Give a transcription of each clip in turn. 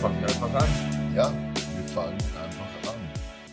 fangen einfach an. Ja, wir fangen einfach an.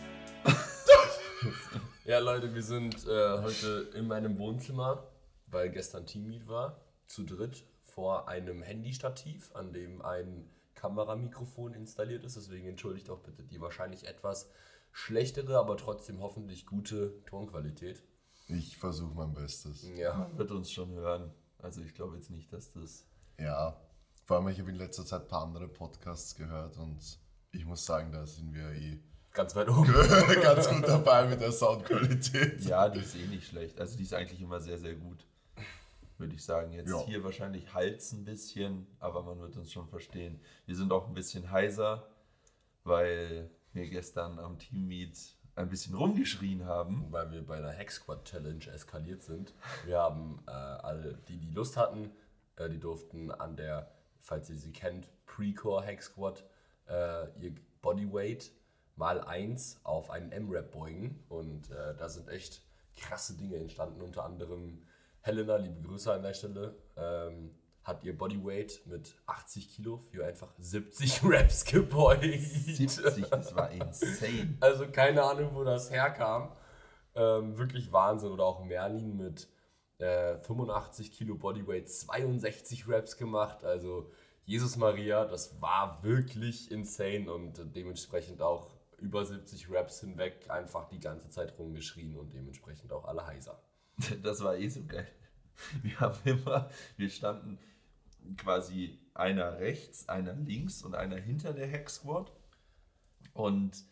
Ja, Leute, wir sind heute in meinem Wohnzimmer, weil gestern Teammeet war, zu dritt vor einem Handystativ, an dem ein Kameramikrofon installiert ist. Deswegen entschuldigt auch bitte die wahrscheinlich etwas schlechtere, aber trotzdem hoffentlich gute Tonqualität. Ich versuche mein Bestes. Ja, Man wird uns schon hören. Also ich glaube jetzt nicht, dass das... Ja, vor allem ich habe in letzter Zeit ein paar andere Podcasts gehört und ich muss sagen, da sind wir ganz weit oben. ganz gut dabei mit der Soundqualität. Ja, die ist eh nicht schlecht. Also die ist eigentlich immer sehr, sehr gut. Würde ich sagen. Jetzt Ja. hier wahrscheinlich Hals ein bisschen, aber man wird uns schon verstehen. Wir sind auch ein bisschen heiser, weil wir gestern am Teammeet ein bisschen rumgeschrien haben. Weil wir bei einer Hack Squad Challenge eskaliert sind. Wir haben alle, die Lust hatten, die durften an der, falls ihr sie kennt, Pre-Core Hack Squad ihr Bodyweight mal 1 auf einen M-Rap beugen. Und da sind echt krasse Dinge entstanden. Unter anderem Helena, liebe Grüße an der Stelle, hat ihr Bodyweight mit 80 Kilo für einfach 70 Raps gebeugt. 70, das war insane. Also keine Ahnung, wo das herkam. Wirklich Wahnsinn. Oder auch Merlin mit 85 Kilo Bodyweight, 62 Raps gemacht. Also Jesus Maria, das war wirklich insane und dementsprechend auch über 70 Raps hinweg einfach die ganze Zeit rumgeschrien und dementsprechend auch alle heiser. Das war eh so geil. Wir standen quasi einer rechts, einer links und einer hinter der Hack Squad. Und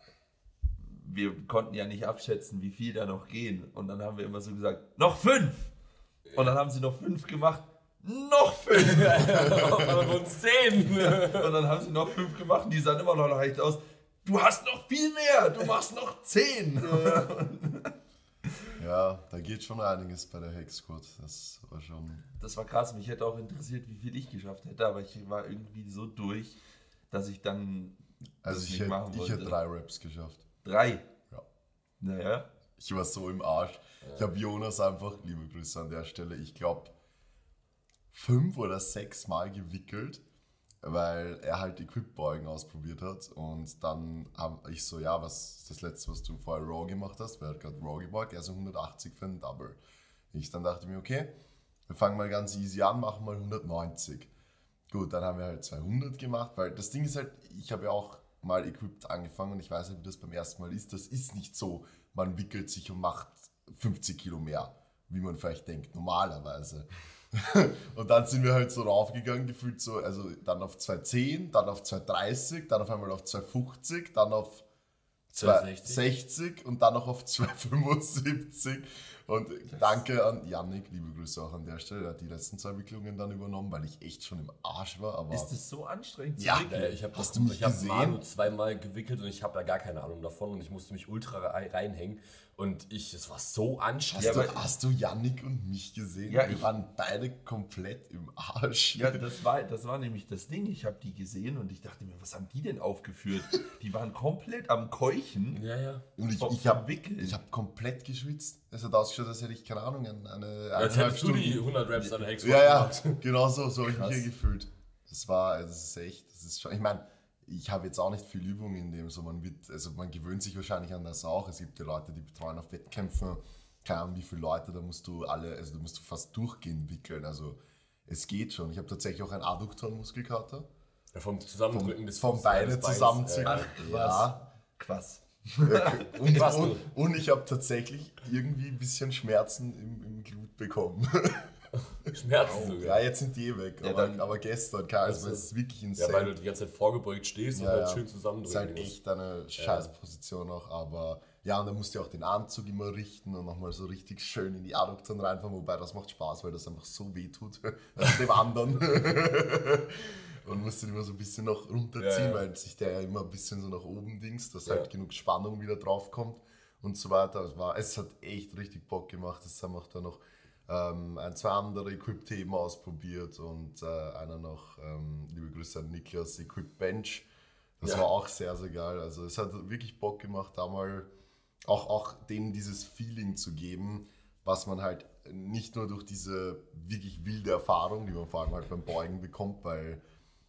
wir konnten ja nicht abschätzen, wie viel da noch gehen. Und dann haben wir immer so gesagt, noch 5! Und dann haben sie noch 5 gemacht. Noch 5! Aber uns 10! Und dann haben sie noch 5 gemacht und die sahen immer noch leicht aus. Du hast noch viel mehr! Du machst noch 10! Ja, da geht schon einiges bei der Hexquad. Das war schon... Das war krass. Mich hätte auch interessiert, wie viel ich geschafft hätte. Aber ich war irgendwie so durch, dass ich dann Also das ich nicht machen hätte wollte. 3 Raps geschafft. 3? Ja. Naja. Ich war so im Arsch. Ich habe Jonas einfach, liebe Grüße an der Stelle, ich glaube 5 oder 6 Mal gewickelt, weil er halt Equip-Beugen ausprobiert hat. Und dann habe ich so, ja, was ist das letzte, was du vorher Raw gemacht hast? Weil er hat gerade Raw gebeugt, er so 180 für einen Double. Dann dachte ich mir, okay, wir fangen mal ganz easy an, machen mal 190. Gut, dann haben wir halt 200 gemacht, weil das Ding ist halt, ich habe ja auch mal Equipped angefangen und ich weiß nicht, wie das beim ersten Mal ist. Das ist nicht so, man wickelt sich und macht 50 Kilo mehr, wie man vielleicht denkt, normalerweise. Und dann sind wir halt so raufgegangen, gefühlt so, also dann auf 210, dann auf 230, dann auf einmal auf 250, dann auf 260 und dann noch auf 275. Und danke an Yannick, liebe Grüße auch an der Stelle, der hat die letzten 2 Wicklungen dann übernommen, weil ich echt schon im Arsch war. Aber Ist das so anstrengend? Ja. zu wickeln? Ich habe Hast du mich gesehen? Manu 2-mal gewickelt und ich habe da gar keine Ahnung davon und ich musste mich ultra reinhängen und es war so anstrengend. Hast du Yannick und mich gesehen? Ja, wir waren beide komplett im Arsch. Ja, das war nämlich das Ding. Ich habe die gesehen und ich dachte mir, was haben die denn aufgeführt? Die waren komplett am Keuchen. Ja. Und vom ich habe Wickeln. komplett geschwitzt. Es hat ausgeschaut, als hätte ich, keine Ahnung, Als hättest du die 100 Raps an Hex Ja, genau so habe ich mich Krass. hier gefühlt. Das ist schon, ich meine, ich habe jetzt auch nicht viel Übung in dem, so man gewöhnt sich wahrscheinlich an das auch. Es gibt ja Leute, die betreuen auf Wettkämpfen, keine Ahnung wie viele Leute, da musst du fast durchgehend wickeln, also es geht schon. Ich habe tatsächlich auch einen Adduktorenmuskelkater. Vom Zusammendrücken des Vom Beine zusammenziehen. Ja. Krass. Und ich habe tatsächlich irgendwie ein bisschen Schmerzen im Glut bekommen. Schmerzen sogar. Ja, jetzt sind die weg, Ja, aber gestern, also es ist wirklich insane. Ja, weil du die ganze Zeit vorgebeugt stehst und halt schön Ist zusammendrücken halt musst. echt eine Scheißposition auch, aber ja, und dann musst du auch den Anzug immer richten und nochmal so richtig schön in die Adduktoren reinfahren, wobei das macht Spaß, weil das einfach so weh tut, also dem anderen. Und musst den immer so ein bisschen noch runterziehen, weil sich der ja immer ein bisschen so nach oben dingst, dass halt genug Spannung wieder drauf kommt und so weiter. Es hat echt richtig Bock gemacht, das haben auch dann noch 2 andere Equip-Themen ausprobiert und einer noch, liebe Grüße an Niklas, Equip Bench. Das war auch sehr, sehr geil. Also es hat wirklich Bock gemacht, da mal auch denen dieses Feeling zu geben, was man halt nicht nur durch diese wirklich wilde Erfahrung, die man vor allem halt beim Beugen bekommt, weil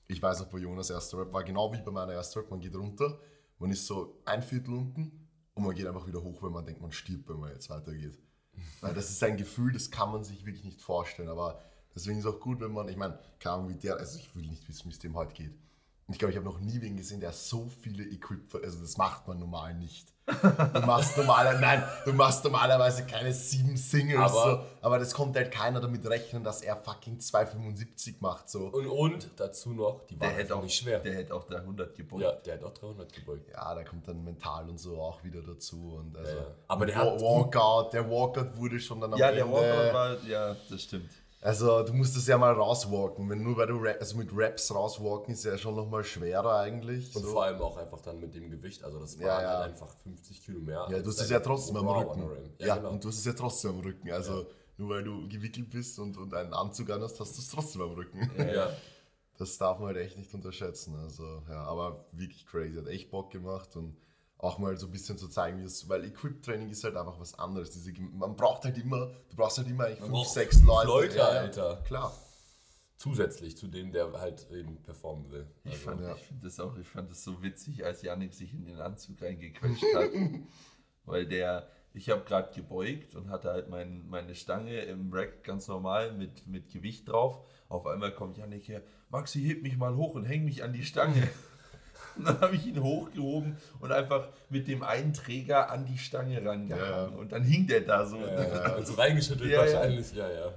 ich weiß noch, bei Jonas erster Rap war genau wie bei meiner ersten Rap, man geht runter, man ist so ein Viertel unten und man geht einfach wieder hoch, weil man denkt, man stirbt, wenn man jetzt weitergeht. Weil das ist ein Gefühl, das kann man sich wirklich nicht vorstellen, aber deswegen ist es auch gut, wenn man, ich meine, keine Ahnung, wie der, also ich will nicht wissen, wie es dem heute geht. Und ich glaube, ich habe noch nie wen gesehen, der so viele also das macht man normal nicht. Du machst normalerweise keine 7 Singles, aber das kommt halt keiner damit rechnen, dass er fucking 2,75 macht. So. Und dazu noch, die waren einfach nicht schwer. Der hätte auch 300 gebeugt. Ja, der hat auch 300 gebeugt. Ja, da kommt dann mental und so auch wieder dazu. Und also Ja. Aber der Walkout wurde schon dann am Ende. Ja, der Walkout war, ja, das stimmt. Also du musst das ja mal rauswalken. Wenn nur weil du also mit Raps rauswalken ist ja schon nochmal schwerer eigentlich. Und so. vor allem auch einfach dann mit dem Gewicht, also das war Ja, halt ja. einfach 50 Kilo mehr. Ja, du hast als es ja der trotzdem am Raw Rücken. Honorable. Ja, genau. und du hast es ja trotzdem am Rücken. Also nur weil du gewickelt bist und einen Anzug an hast, hast du es trotzdem am Rücken. Ja. Das darf man halt echt nicht unterschätzen. Also ja, aber wirklich crazy. Hat echt Bock gemacht und auch mal so ein bisschen zu zeigen, wie es, weil Equip-Training ist halt einfach was anderes. Man braucht halt immer, du brauchst halt immer eigentlich 5, 6 Leute. Leute, Alter. Klar. Zusätzlich zu dem, der halt eben performen will. Ich Also, fand das so witzig, als Yannick sich in den Anzug reingequetscht hat. Weil ich habe gerade gebeugt und hatte halt meine Stange im Rack ganz normal mit Gewicht drauf. Auf einmal kommt Yannick her, Maxi, heb mich mal hoch und häng mich an die Stange. Und dann habe ich ihn hochgehoben und einfach mit dem einen Träger an die Stange rangehangen. Ja. Und dann hing der da so. und so reingeschüttelt Ja, ja. wahrscheinlich, ja.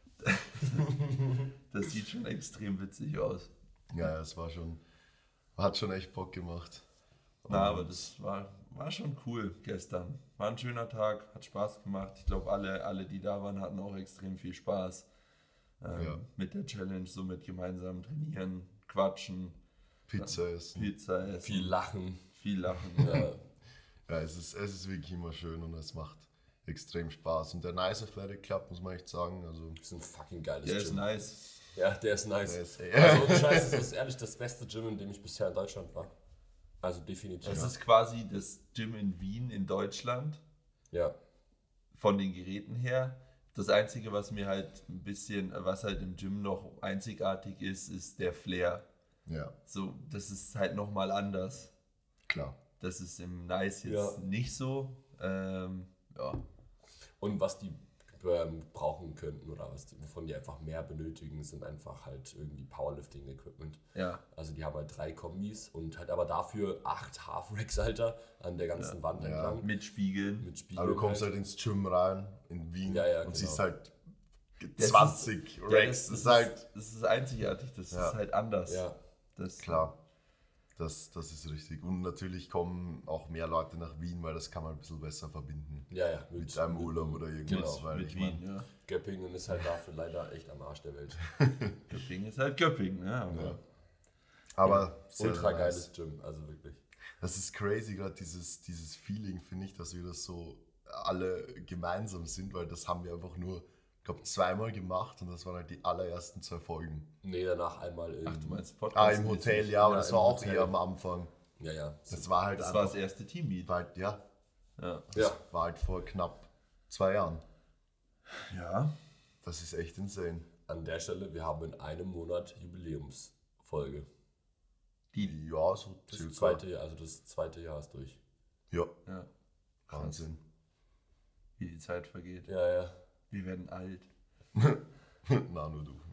Das sieht schon extrem witzig aus. Ja, es hat schon echt Bock gemacht. Na, aber das war schon cool gestern. War ein schöner Tag, hat Spaß gemacht. Ich glaube, alle, die da waren, hatten auch extrem viel Spaß mit der Challenge, so mit gemeinsam trainieren, quatschen, Pizza essen. Viel lachen. Ja, es ist wirklich immer schön und es macht extrem Spaß. Und der Nice Athletic Club, muss man echt sagen. Also, Das ist ein fucking geiles Der Gym. ist nice. Ja, der ist nice. der ist, Also ohne Scheiß, das ist ehrlich das beste Gym, in dem ich bisher in Deutschland war. Also definitiv. Das ist quasi das Gym in Wien in Deutschland, Ja. von den Geräten her. Das Einzige, was mir halt was halt im Gym noch einzigartig ist der Flair. ja, So, das ist halt nochmal anders. klar. Das ist im Nice jetzt nicht so. Ja. Und was die brauchen könnten oder wovon die einfach mehr benötigen, sind einfach halt irgendwie Powerlifting-Equipment. Ja. Also die haben halt 3 Kombis und halt aber dafür 8 Half-Racks, Alter, an der ganzen Wand entlang. Mit Spiegeln. Mit Spiegeln. Aber du kommst halt ins Gym rein in Wien Ja, und genau. siehst halt Das 20 Racks. Das Das ist einzigartig, das ist halt anders. Ja. Das, klar. Das ist richtig. Und natürlich kommen auch mehr Leute nach Wien, weil das kann man ein bisschen besser verbinden. Ja, Mit einem Urlaub oder irgendwas. Genau, weil mit ich mein, Wien, ja. Göppingen ist halt dafür leider echt am Arsch der Welt. Göppingen ist halt Göppingen, ja. aber sehr, Ultra sehr geiles nice. Gym, also wirklich. Das ist crazy, gerade dieses Feeling, finde ich, dass wir das so alle gemeinsam sind, weil das haben wir einfach nur, ich glaube, 2-mal gemacht und das waren halt die allerersten 2 Folgen. Nee, danach einmal in... Ach, du meinst Podcast? Im Hotel, ja, aber das im war auch Hotel. eher am Anfang. Ja. Das war halt Das war das erste Teammeet. ja, Ja. Ja. war halt vor knapp 2 Jahren. Ja. Das ist echt insane. An der Stelle, wir haben in einem Monat Jubiläumsfolge. Ja, so Das circa. zweite Jahr, also das zweite Jahr ist durch. Ja, Ja. Wahnsinn. Wie die Zeit vergeht. Ja. Wir werden alt. Na, nur du.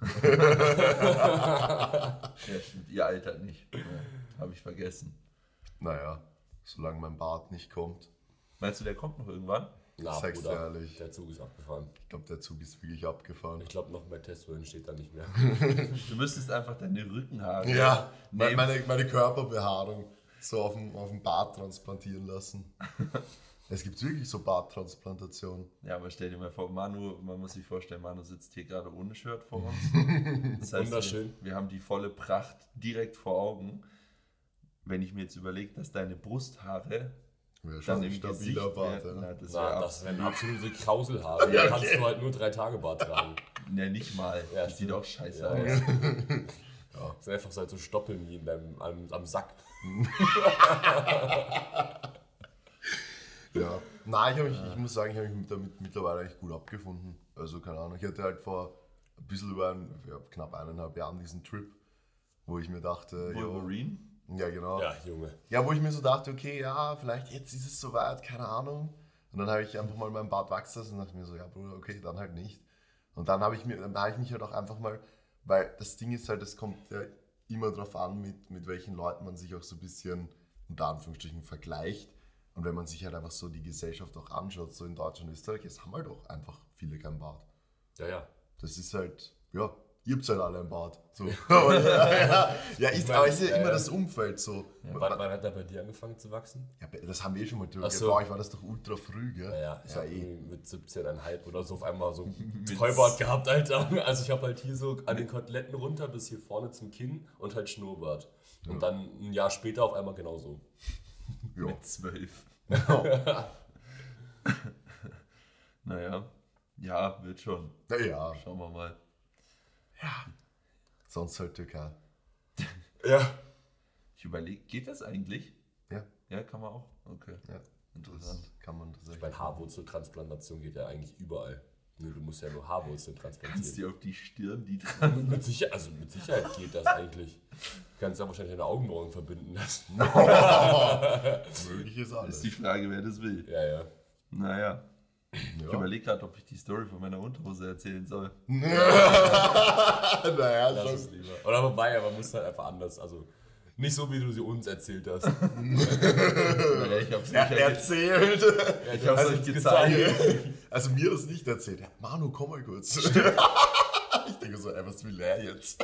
Ja, stimmt. Ihr altert nicht. Ja, habe ich vergessen. Naja, solange mein Bart nicht kommt. Meinst du, der kommt noch irgendwann? Na, Sag's dir Bruder, ehrlich. der Zug ist abgefahren. Ich glaube, der Zug ist wirklich abgefahren. Ich glaube, noch mehr Testosteron steht da nicht mehr. Du müsstest einfach deine Rückenhaare Ja, nehmen. meine Körperbehaarung so auf dem Bart transplantieren lassen. Es gibt wirklich so Barttransplantationen. Ja, aber stell dir mal vor, man muss sich vorstellen, Manu sitzt hier gerade ohne Shirt vor uns. Das heißt, Wunderschön. wir haben die volle Pracht direkt vor Augen. Wenn ich mir jetzt überlege, dass deine Brusthaare Wäre dann schon im ein stabiler Gesicht Bart. wären, Ja. na, das Na, wäre das wären absolut, absolute Krauselhaare. Da kannst du halt nur 3 Tage Bart tragen. ja, nicht mal. Ja, das sieht stimmt. auch scheiße Ja, aus. ja. Das sind einfach so halt so Stoppeln wie in am Sack. Ja. Nein, ich muss sagen, ich habe mich damit mittlerweile echt gut abgefunden. Also keine Ahnung, ich hatte halt vor ein bisschen über knapp 1,5 Jahren diesen Trip, wo ich mir dachte, Wolverine? ja genau. Ja, Junge. Ja, wo ich mir so dachte, okay, ja, vielleicht jetzt ist es soweit, keine Ahnung. Und dann habe ich einfach mal meinen Bart wachsen lassen und dachte mir so, ja Bruder, okay, dann halt nicht. Und dann habe ich mich halt auch einfach mal, weil das Ding ist halt, es kommt ja immer drauf an, mit welchen Leuten man sich auch so ein bisschen, unter Anführungsstrichen, vergleicht. Und wenn man sich halt einfach so die Gesellschaft auch anschaut, so in Deutschland und Österreich, es haben halt auch einfach viele kein Bart. Ja. Das ist halt, ja, ihr habt halt alle ein Bart. So. Aber es ist ja immer das Umfeld so. Wann hat er bei dir angefangen zu wachsen? Ja, das haben wir schon mal durch. Ach so. Bei euch war das doch ultra früh, gell? Ja, Das war mit 17,5 oder so auf einmal so ein Vollbart gehabt, Alter. Also ich habe halt hier so an den Koteletten runter bis hier vorne zum Kinn und halt Schnurrbart. Und dann ein Jahr später auf einmal genauso. Ja. Mit 12. Naja, ja, wird schon. Ja, Schauen wir mal. sonst halt Türkei. Ja. Ich überlege, geht das eigentlich? Ja, Ja, kann man auch. Okay, ja. interessant. Das kann man tatsächlich. Meine Haarwurzeltransplantation geht ja eigentlich überall. Nur du musst ja nur Haarwurzeln Kannst transplantieren. dir auf die Stirn die dran. Mit Sicherheit geht das eigentlich. Du kannst ja wahrscheinlich deine Augenbrauen verbinden lassen. Möglich ist alles. Ist die Frage, wer das will. Ja. Naja, ich Ja. überlege gerade, ob ich die Story von meiner Unterhose erzählen soll. Naja, Lass schon. es lieber. Oder wobei, aber muss halt einfach anders. Also nicht so, wie du sie uns erzählt hast. Naja, ich hab's nicht Erzählt. Ich hab's euch gezeigt. Also mir das nicht erzählt. Ja, Manu, komm mal kurz. Ich denke so, ey, was will er jetzt?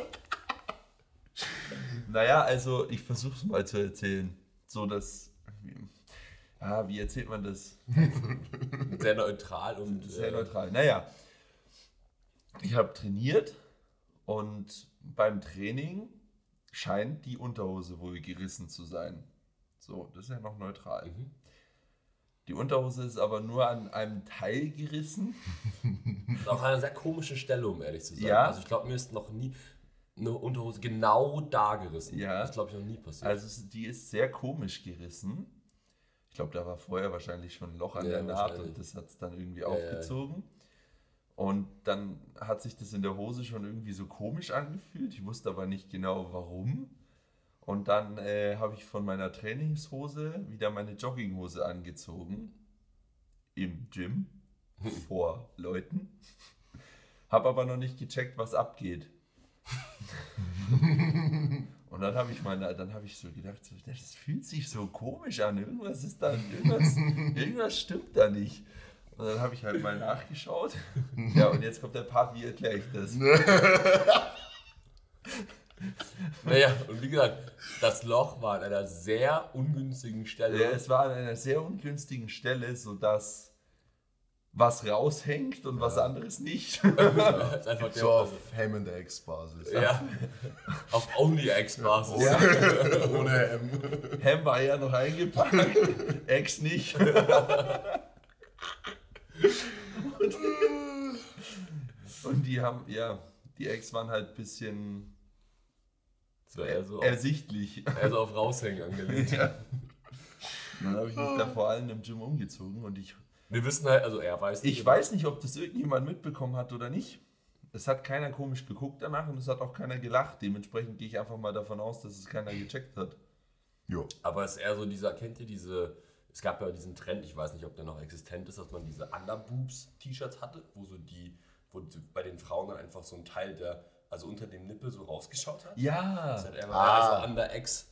Naja, also ich versuch's mal zu erzählen. So, dass. Wie erzählt man das? Sehr neutral und Sehr neutral. Naja, ich habe trainiert und beim Training scheint die Unterhose wohl gerissen zu sein. So, das ist ja noch neutral. Die Unterhose ist aber nur an einem Teil gerissen. auch eine sehr komische Stelle, um ehrlich zu sein. Ja. Also ich glaube, mir ist noch nie eine Unterhose genau da gerissen. Ja. Das glaube ich noch nie passiert. Also die ist sehr komisch gerissen. Ich glaube, da war vorher wahrscheinlich schon ein Loch an Ja, der Naht wahrscheinlich. und das hat es dann irgendwie aufgezogen. Und dann hat sich das in der Hose schon irgendwie so komisch angefühlt. Ich wusste aber nicht genau warum. Und dann habe ich von meiner Trainingshose wieder meine Jogginghose angezogen. Im Gym. Vor Leuten. Habe aber noch nicht gecheckt, was abgeht. Und dann habe ich so gedacht, so, das fühlt sich so komisch an. Irgendwas stimmt da nicht. Und dann habe ich halt mal nachgeschaut. Ja, und jetzt kommt der Part, wie erkläre ich das? Naja, und wie gesagt, das Loch war an einer sehr ungünstigen Stelle. Ja, es war an einer sehr ungünstigen Stelle, sodass was raushängt und was anderes nicht. Das ist einfach So auf Ham and Eggs Basis. ja, auf Only-X-Basis. Ohne M. Ham war ja noch eingepackt, Ex nicht. Und die haben, die Ex waren halt ein bisschen So eher so ersichtlich. auf Raushängen angelegt. Ja. Dann habe ich mich da vor allem im Gym umgezogen und Wir wissen halt, also er weiß ich weiß nicht, ob das irgendjemand mitbekommen hat oder nicht. Es hat keiner komisch geguckt danach und es hat auch keiner gelacht. Dementsprechend gehe ich einfach mal davon aus, dass es keiner gecheckt hat. Jo. Aber es ist eher so kennt ihr es gab ja diesen Trend, ich weiß nicht, ob der noch existent ist, dass man diese Underboobs-T-Shirts hatte, wo bei den Frauen dann einfach so ein Teil, also unter dem Nippel so rausgeschaut hat. Ja, Das hat also Under-X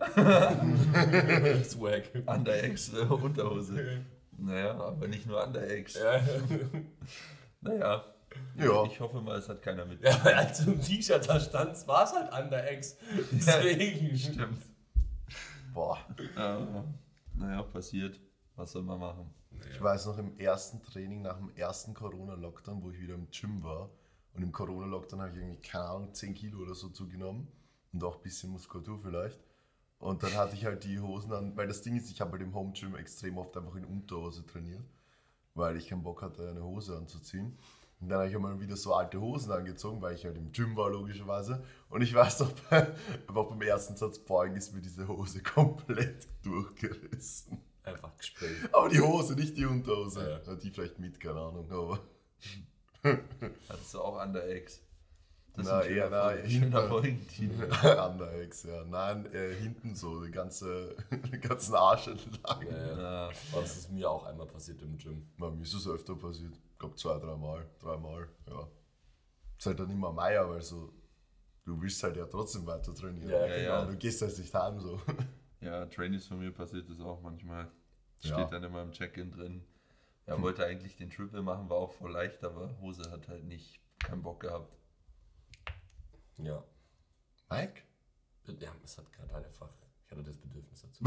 Swag. Under-Ex Unterhose. Naja, aber nicht nur Under-Ex. Ja. Naja, Ja. ich hoffe mal, es hat keiner mit. Ja, weil als du im T-Shirt da standst, war es halt Under-X. Deswegen. Stimmt. Boah. Naja, passiert. Was soll man machen? Ich weiß noch im ersten Training nach dem ersten Corona-Lockdown, wo ich wieder im Gym war. Und im Corona-Lockdown habe ich irgendwie, keine Ahnung, 10 Kilo oder so zugenommen. Und auch ein bisschen Muskulatur vielleicht. Und dann hatte ich halt die Hosen an, weil das Ding ist, ich habe halt im Home-Gym extrem oft einfach in Unterhose trainiert. Weil ich keinen Bock hatte, eine Hose anzuziehen. Und dann habe ich mal wieder so alte Hosen angezogen, weil ich halt im Gym war, logischerweise. Und ich weiß noch, einfach beim ersten Satz beugen ist mir diese Hose komplett durchgerissen. Einfach gesprengt. Aber die Hose, nicht die Unterhose. Ja. Die vielleicht mit, keine Ahnung, aber... Hattest du auch Under-Ex? Das Na, ist ein eher, schöner na, Folgen- schöner hinten. Folgentitel. Underex, ja. Nein, hinten so, den ganzen Arsch entlang. Ja. Ja. Aber das ist mir auch einmal passiert im Gym. Mir ist es öfter passiert. Ich glaube 2, 3 Mal. 3 Mal, ja. Ist halt dann immer Meier, weil so, du willst halt ja trotzdem weiter trainieren. Ja, ja. Du gehst halt nicht heim so. Ja, Trainees von mir passiert das auch manchmal. Ja. Steht dann immer im Check-in drin. Er wollte eigentlich den Triple machen, war auch voll leicht, aber Hose hat halt nicht keinen Bock gehabt. Ja. Mike? Ja, es hat gerade halt einfach. Ich hatte das Bedürfnis dazu.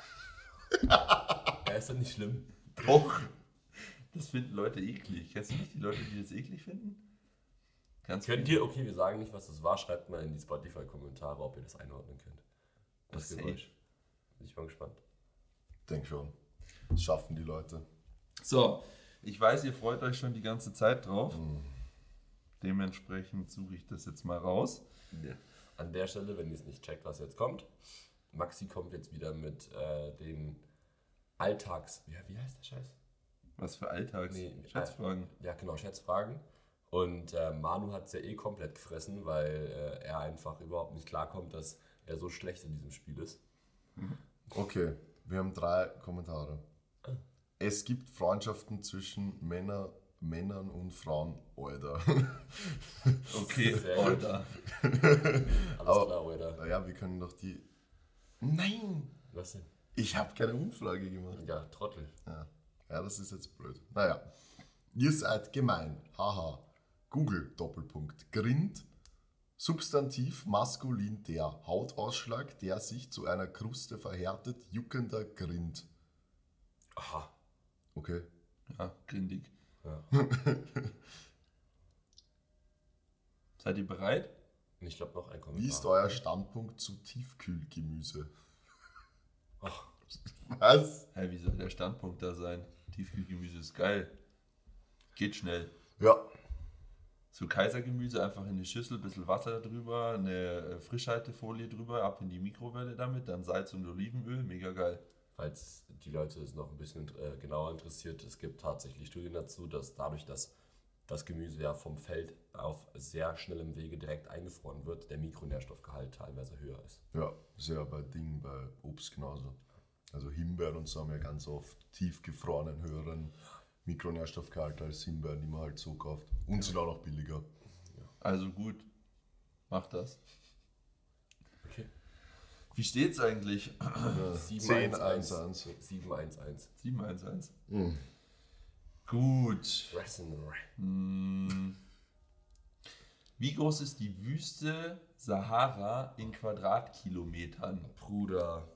Ja, ist das nicht schlimm? Doch! Das finden Leute eklig. Kennst du nicht die Leute, die das eklig finden? Ganz Könnt viele. ihr, okay, wir sagen nicht, was das war, schreibt mal in die Spotify-Kommentare, ob ihr das einordnen könnt. Das Safe. Geräusch. Bin ich mal gespannt. Denk schon. Das schaffen die Leute. So, ich weiß, ihr freut euch schon die ganze Zeit drauf. Dementsprechend suche ich das jetzt mal raus. An der Stelle, wenn ihr es nicht checkt, was jetzt kommt, Maxi kommt jetzt wieder mit den Alltags... Wie heißt der Scheiß? Was für Alltags? Nee, Schätzfragen. Ja, genau, Schätzfragen. Und Manu hat es ja eh komplett gefressen, weil er einfach überhaupt nicht klarkommt, dass er so schlecht in diesem Spiel ist. Okay, wir haben 3 Kommentare. Es gibt Freundschaften zwischen Männern und Frauen, Alter. Okay, Sehr gut. Alter. Alles Aber- klar, oder? Naja, wir können doch die... Nein! Was denn? Ich habe keine Umfrage gemacht. Ja, Trottel. Ja, das ist jetzt blöd. Naja. Ihr seid gemein. Haha. Google, Doppelpunkt. Grind. Substantiv maskulin der. Hautausschlag, der sich zu einer Kruste verhärtet, juckender Grind. Aha. Okay. Ja, grindig. Ja. Seid ihr bereit? Und ich glaube noch ein Kommentar. Wie ist euer Standpunkt zu Tiefkühlgemüse? Ach, Was? Hä, wie soll der Standpunkt da sein? Tiefkühlgemüse ist geil. Geht schnell. Ja. So Kaisergemüse einfach in eine Schüssel, bisschen Wasser drüber, eine Frischhaltefolie drüber, ab in die Mikrowelle damit, dann Salz und Olivenöl, mega geil. falls die Leute es noch ein bisschen genauer interessiert, es gibt tatsächlich Studien dazu, dass dadurch, dass das Gemüse ja vom Feld auf sehr schnellem Wege direkt eingefroren wird, der Mikronährstoffgehalt teilweise höher ist. Ja, ist ja bei Obst genauso. Also Himbeeren und so haben ja ganz oft tiefgefrorenen höheren Mikronährstoffgehalt als Himbeeren, die man halt so kauft. Und sind auch noch billiger. Also gut, mach das. Okay. Wie steht's eigentlich? 7-1-1. 7-1-1. 7-1-1. Gut. Wie groß ist die Wüste Sahara in Quadratkilometern? Bruder.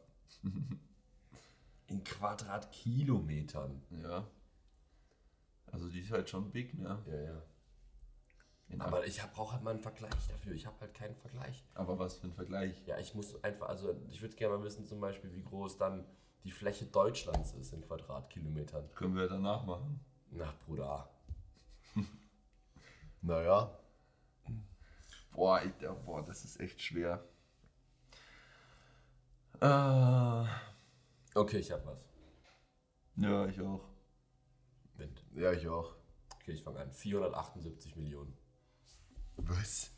In Quadratkilometern. Ja. Also die ist halt schon big, ne? Ja, ja. In Aber ich brauche halt mal einen Vergleich dafür. Ich habe halt keinen Vergleich. Aber was für ein Vergleich? Ja, ich muss einfach, also ich würde gerne mal wissen, zum Beispiel, wie groß dann die Fläche Deutschlands ist in Quadratkilometern. Können wir danach machen. Na, Bruder. Naja, Boah, das ist echt schwer. Ja, Okay, ich habe was. ich auch. Wind. ja, ich auch. Okay, ich fange an. 478 Millionen. Was?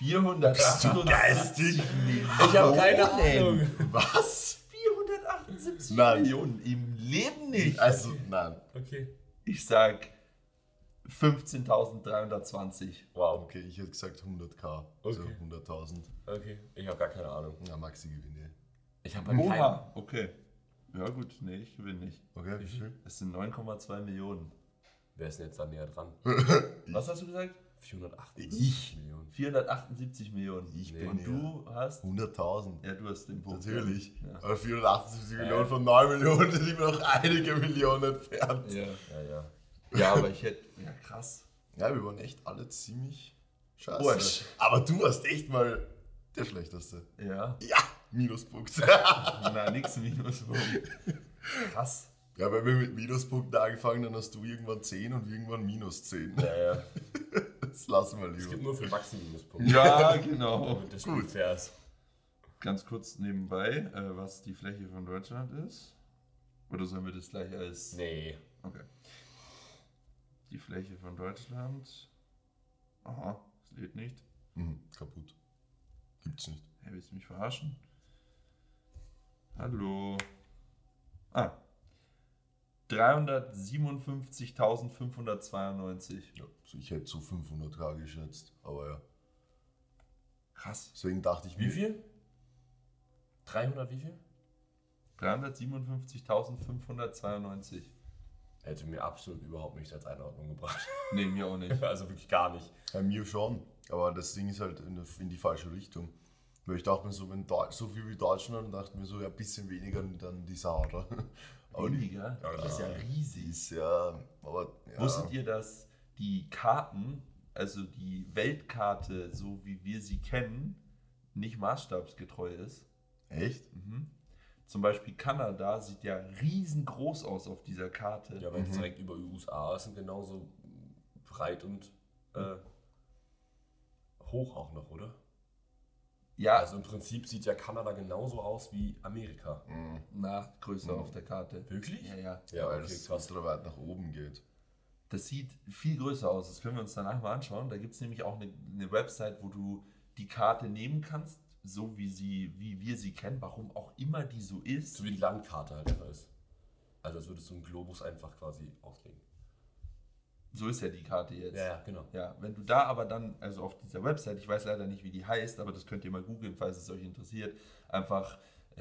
478 Millionen. Ich habe keine Ahnung. Was? 478 Nein. Millionen im Leben nicht. Also, nein. Okay. Ich sag 15.320. Wow. Okay, ich hätte gesagt 100k. Also Okay. 100.000. Okay. Ich habe gar keine Ahnung. Ja, Maxi gewinnt eh. Ich habe halt keinen. Oha, okay. Ja gut, nee, ich gewinne nicht. Okay, wie viel? Es sind 9,2 Millionen. Wer ist denn jetzt da näher dran? Was hast du gesagt? 478 Millionen. 478 Millionen. Ich Nee. bin Und du hast? 100.000. Ja, du hast den Punkt. Natürlich. Ja. Aber 478 Millionen von 9 Millionen sind immer noch einige Millionen entfernt. Ja. Ja, ja. Ja, aber ich hätte. Ja, krass. Ja, wir waren echt alle ziemlich scheiße. Wurscht. Aber du warst echt mal der Schlechteste. Ja. Ja, Minuspunkt. Na, nix Minuspunkt. Krass. Ja, wenn wir mit Minuspunkten angefangen, dann hast du irgendwann 10 und irgendwann minus 10. Ja, ja. Das lassen wir Es gibt lieber. nur für Maxi Minuspunkte. Ja, genau. Damit das Spiel fair ist. Ganz kurz nebenbei, was die Fläche von Deutschland ist. Oder sollen wir das gleich als. Nee. Okay. Die Fläche von Deutschland. Aha, es lädt nicht. Kaputt. Gibt's nicht. Hey, willst du mich verarschen? Hallo. Ah. 357.592. Ja, also ich hätte so 500k geschätzt, aber ja. Krass. Deswegen dachte ich Wie mir, viel? 300 wie viel? 357.592. Hätte mir absolut überhaupt nicht als Einordnung gebracht. Nee, mir auch nicht. Also wirklich gar nicht. bei mir schon, aber das Ding ist halt in die falsche Richtung. Weil ich dachte mir so, wenn so viel wie Deutschland, dann dachte ich mir so, ja, ein bisschen weniger dann die Sahara. Aber die Weniger? Das ist ja riesig. ist ja, aber ja. Wusstet ihr, dass die Karten, also die Weltkarte, so wie wir sie kennen, nicht maßstabsgetreu ist? Echt? Zum Beispiel Kanada sieht ja riesengroß aus auf dieser Karte. Ja, wenn es direkt über die USA ist, sind genauso breit und hoch auch noch, oder? Ja, Also im Prinzip sieht ja Kanada genauso aus wie Amerika. na, größer auf der Karte. Wirklich? Ja, ja. Ja, Weil okay, es krass. ultra weit nach oben geht. Das sieht viel größer aus. Das können wir uns danach mal anschauen. Da gibt es nämlich auch eine Website, wo du die Karte nehmen kannst, so wie wir sie kennen, warum auch immer die so ist. So wie die Landkarte halt einfach ist. Also als würdest du einen Globus einfach quasi auslegen. So ist ja die Karte jetzt. Ja, genau. Ja, wenn du da aber dann, also auf dieser Website, ich weiß leider nicht, wie die heißt, aber das könnt ihr mal googeln, falls es euch interessiert, einfach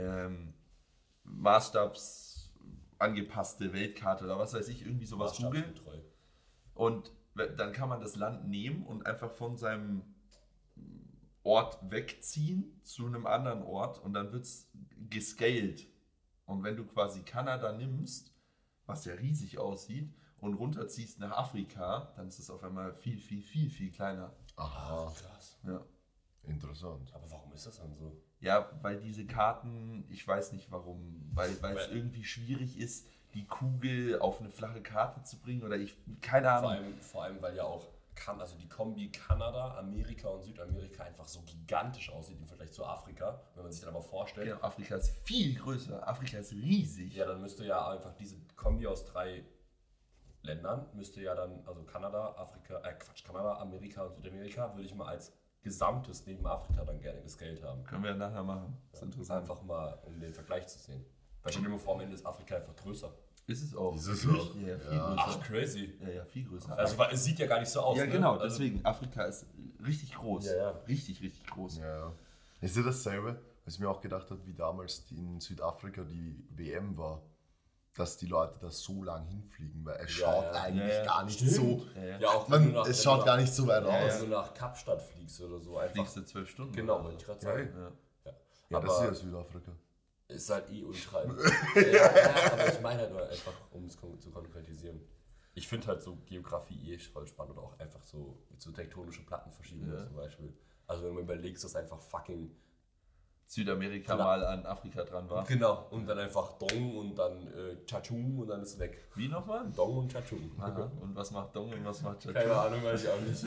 maßstabsangepasste Weltkarte oder was weiß ich, irgendwie sowas googeln. Maßstabsgetreu. Und dann kann man das Land nehmen und einfach von seinem Ort wegziehen zu einem anderen Ort und dann wird es gescaled. Und wenn du quasi Kanada nimmst, was ja riesig aussieht, und runterziehst nach Afrika, dann ist es auf einmal viel, viel, viel, viel kleiner. Aha, Krass. Ja. interessant. Aber warum ist das dann so? Ja, weil diese Karten, ich weiß nicht warum, weil es irgendwie schwierig ist, die Kugel auf eine flache Karte zu bringen oder keine Ahnung. Vor allem, weil ja auch also die Kombi Kanada, Amerika und Südamerika einfach so gigantisch aussieht im Vergleich zu Afrika. Wenn man sich dann aber vorstellt, Genau, Afrika ist viel größer, Afrika ist riesig. ja, dann müsste ja einfach diese Kombi aus 3 Ländern, müsste ja dann, also Kanada, Kanada, Amerika und Südamerika, würde ich mal als Gesamtes neben Afrika dann gerne gescaled haben. Können wir nachher machen. Das ist interessant. Einfach mal, um den Vergleich zu sehen. Weil stell dir mal vor, am Ende ist Afrika einfach größer. Ist es auch. Ist es auch? Ja, viel Ja. größer. Ach, crazy. Ja, viel größer. Also weil es sieht ja gar nicht so aus. ja, ne? genau, Also, deswegen. Afrika ist richtig groß. Ja, ja. Richtig, richtig groß. Ja. Ist ja dasselbe, was ich mir auch gedacht habe, wie damals in Südafrika die WM war, dass die Leute da so lang hinfliegen, weil es schaut ja. eigentlich Ja, ja. gar nicht Stimmt. so. Ja, auch wenn Es schaut gar nicht so weit Wenn aus. du nach Kapstadt fliegst oder so einfach. Fliegst du 12 Stunden? Genau, oder wollte ich so. gerade sagen. Ja. Ja. Ja, das ist ja Aber Südafrika. ist halt ultra. ja, aber ich meine halt nur einfach, um es zu konkretisieren. Ich finde halt so Geografie voll spannend oder auch einfach so tektonische Plattenverschiebungen Ja. zum Beispiel. Also wenn man überlegst, dass einfach fucking Südamerika Klar. mal an Afrika dran war. genau und dann einfach Dong und dann Chachung und dann ist es weg. Wie nochmal? Dong und Chachung. Aha. Und was macht Dong und was macht Keine Chachung? Ahnung, weiß ich auch nicht.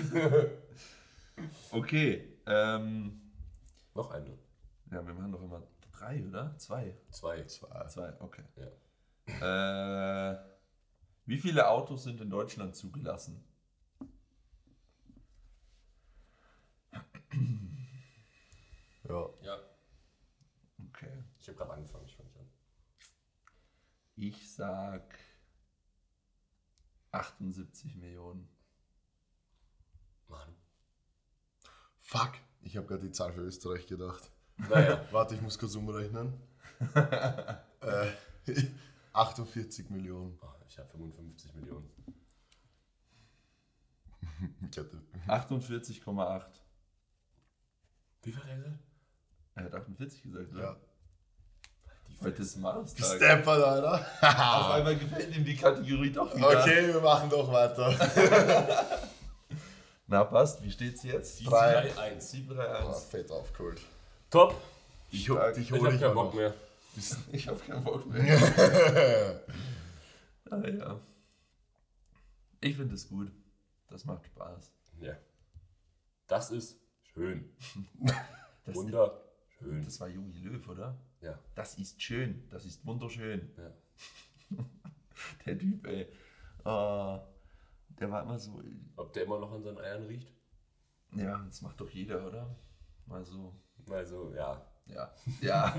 Okay. Noch eine. Ja, wir machen doch immer 3, oder? 2. 2. 2, okay. Ja. Wie viele Autos sind in Deutschland zugelassen? Ja. Ja, Okay. ich habe gerade angefangen, ich fange nicht an. Ich sag 78 Millionen. Mann. Fuck, ich habe gerade die Zahl für Österreich gedacht. Naja, Warte, ich muss kurz umrechnen. 48 Millionen. oh, ich habe 55 Millionen. Ich hatte 48,8. Wie viel hat er gesagt? Er hat 48 gesagt, ja. oder? Die Heute ist Malustag. Stepper, Alter. Auf einmal gefällt ihm die Kategorie doch wieder. Okay, wir machen doch weiter. Na, passt. Wie steht's jetzt? 7-3-1. 7-3-1. Fett aufgeholt. Top. Ich Stark. Ich hole habe dich keinen mal Bock noch. mehr. Ich hab keinen Bock mehr. Ah, ja. Ich finde es gut. Das macht Spaß. Ja. Das ist schön. Das, Wunderschön. das war Jogi Löw, oder? Ja. Das ist schön. Das ist wunderschön. Ja. Der Typ, ey. Ah, der war immer so. Ob der immer noch an seinen Eiern riecht? Ja, das macht doch jeder, oder? Mal so. Also, ja. Ja. Ja.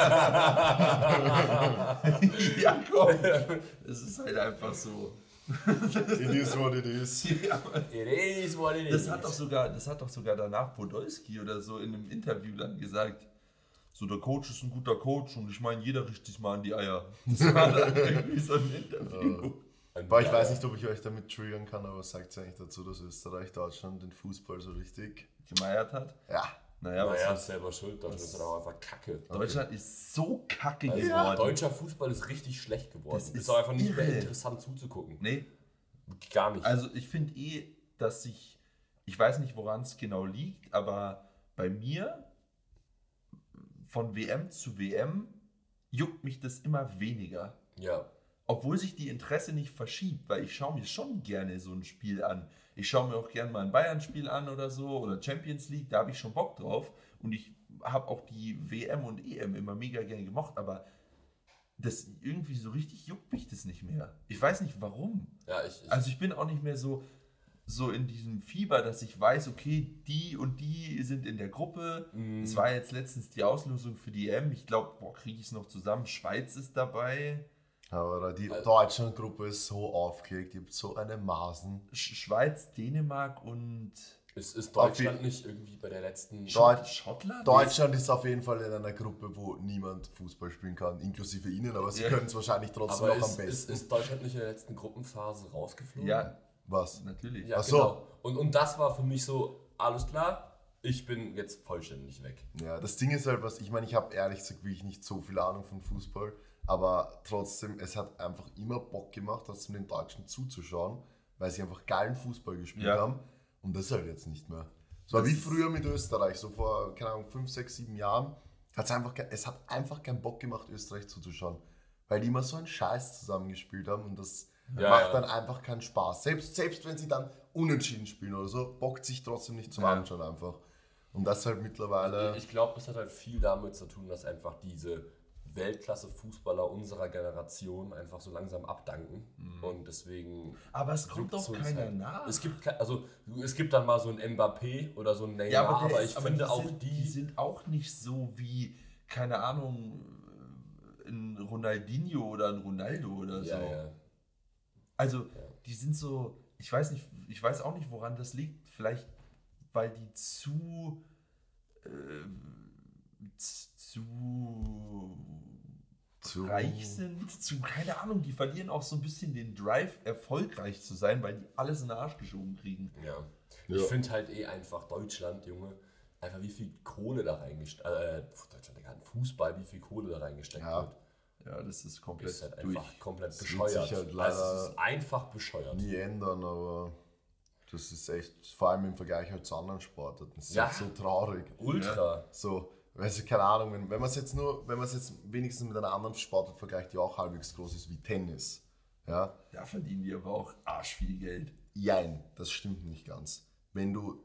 Ja, komm. Es ist halt einfach so. It is what it is. Ja, It is what it das is. hat doch sogar danach Podolski oder so in einem Interview dann gesagt. So, der Coach ist ein guter Coach und ich meine, jeder richtet sich mal an die Eier. Das war dann irgendwie so ein Interview. Aber ich weiß nicht, ob ich euch damit triggern kann, aber was sagt es eigentlich dazu, dass Österreich Deutschland den Fußball so richtig... Gemeiert hat. Ja. Naja, was Naja, ist selber schuld, Deutschland ist dann auch einfach kacke. Deutschland ist so kacke Also, geworden. deutscher Fußball ist richtig schlecht geworden. Das ist auch einfach nicht mehr irre. interessant zuzugucken. Nee, Gar nicht. also ich finde dass ich weiß nicht, woran es genau liegt, aber bei mir von WM zu WM juckt mich das immer weniger. Ja. Obwohl sich die Interesse nicht verschiebt, weil ich schaue mir schon gerne so ein Spiel an. Ich schaue mir auch gerne mal ein Bayern-Spiel an oder so oder Champions League, da habe ich schon Bock drauf. Und ich habe auch die WM und EM immer mega gerne gemocht, aber das irgendwie so richtig juckt mich das nicht mehr. Ich weiß nicht warum. Ja, Also ich bin auch nicht mehr so in diesem Fieber, dass ich weiß, okay, die und die sind in der Gruppe. Es war jetzt letztens die Auslosung für die EM. Ich glaube, kriege ich es noch zusammen. Schweiz ist dabei. Aber die Deutschland-Gruppe ist so aufgeregt, gibt so eine Maßen. Schweiz, Dänemark und ist Deutschland nicht irgendwie bei der letzten... Schottland? Deutschland ist auf jeden Fall in einer Gruppe, wo niemand Fußball spielen kann, inklusive ihnen, aber sie Ja. können es wahrscheinlich trotzdem Aber noch am besten. ist Deutschland nicht in der letzten Gruppenphase rausgeflogen? Ja, Was? natürlich. Ja, Ach so. genau. Und das war für mich so, alles klar, ich bin jetzt vollständig weg. Ja, das Ding ist halt, ich meine, ich habe ehrlich gesagt wirklich nicht so viel Ahnung von Fußball, aber trotzdem, es hat einfach immer Bock gemacht, trotzdem den Deutschen zuzuschauen, weil sie einfach geilen Fußball gespielt Ja. haben und das halt jetzt nicht mehr. Es war wie früher mit Österreich, so vor, keine Ahnung, 5, 6, 7 Jahren, es hat einfach keinen Bock gemacht, Österreich zuzuschauen, weil die immer so einen Scheiß zusammengespielt haben und das Ja, macht ja. dann einfach keinen Spaß. Selbst wenn sie dann unentschieden spielen oder so, bockt sich trotzdem nicht zum Ja. Anschauen einfach. Und das halt mittlerweile... Ich glaube, das hat halt viel damit zu tun, dass einfach diese Weltklasse-Fußballer unserer Generation einfach so langsam abdanken. Und deswegen... Aber es kommt juckt's doch uns keiner halt. nach. Es gibt dann mal so einen Mbappé oder so einen Neymar, Ja, aber ich finde auch die sind auch nicht so wie, keine Ahnung, ein Ronaldinho oder ein Ronaldo oder so. Ja, ja. Also, die sind so, ich weiß auch nicht, woran das liegt. Vielleicht, weil die zu reich sind, keine Ahnung, die verlieren auch so ein bisschen den Drive, erfolgreich zu sein, weil die alles in den Arsch geschoben kriegen. Ja. Ja. Ich finde halt einfach Deutschland, Junge, einfach wie viel Kohle da reingesteckt Fußball, wie viel Kohle da reingesteckt Ja. wird. Ja, das ist komplett Ist halt durch. einfach komplett wird bescheuert. sich halt Also leider es ist einfach bescheuert. nie ändern, aber das ist echt, vor allem im Vergleich halt zu anderen Sportarten, das ist Ja. halt so traurig. Ultra. So, weißt du, keine Ahnung, wenn man es jetzt wenigstens mit einer anderen Sportart vergleicht, die auch halbwegs groß ist wie Tennis, ja, Da verdienen die aber auch arsch viel Geld. jein, das stimmt nicht ganz. Wenn du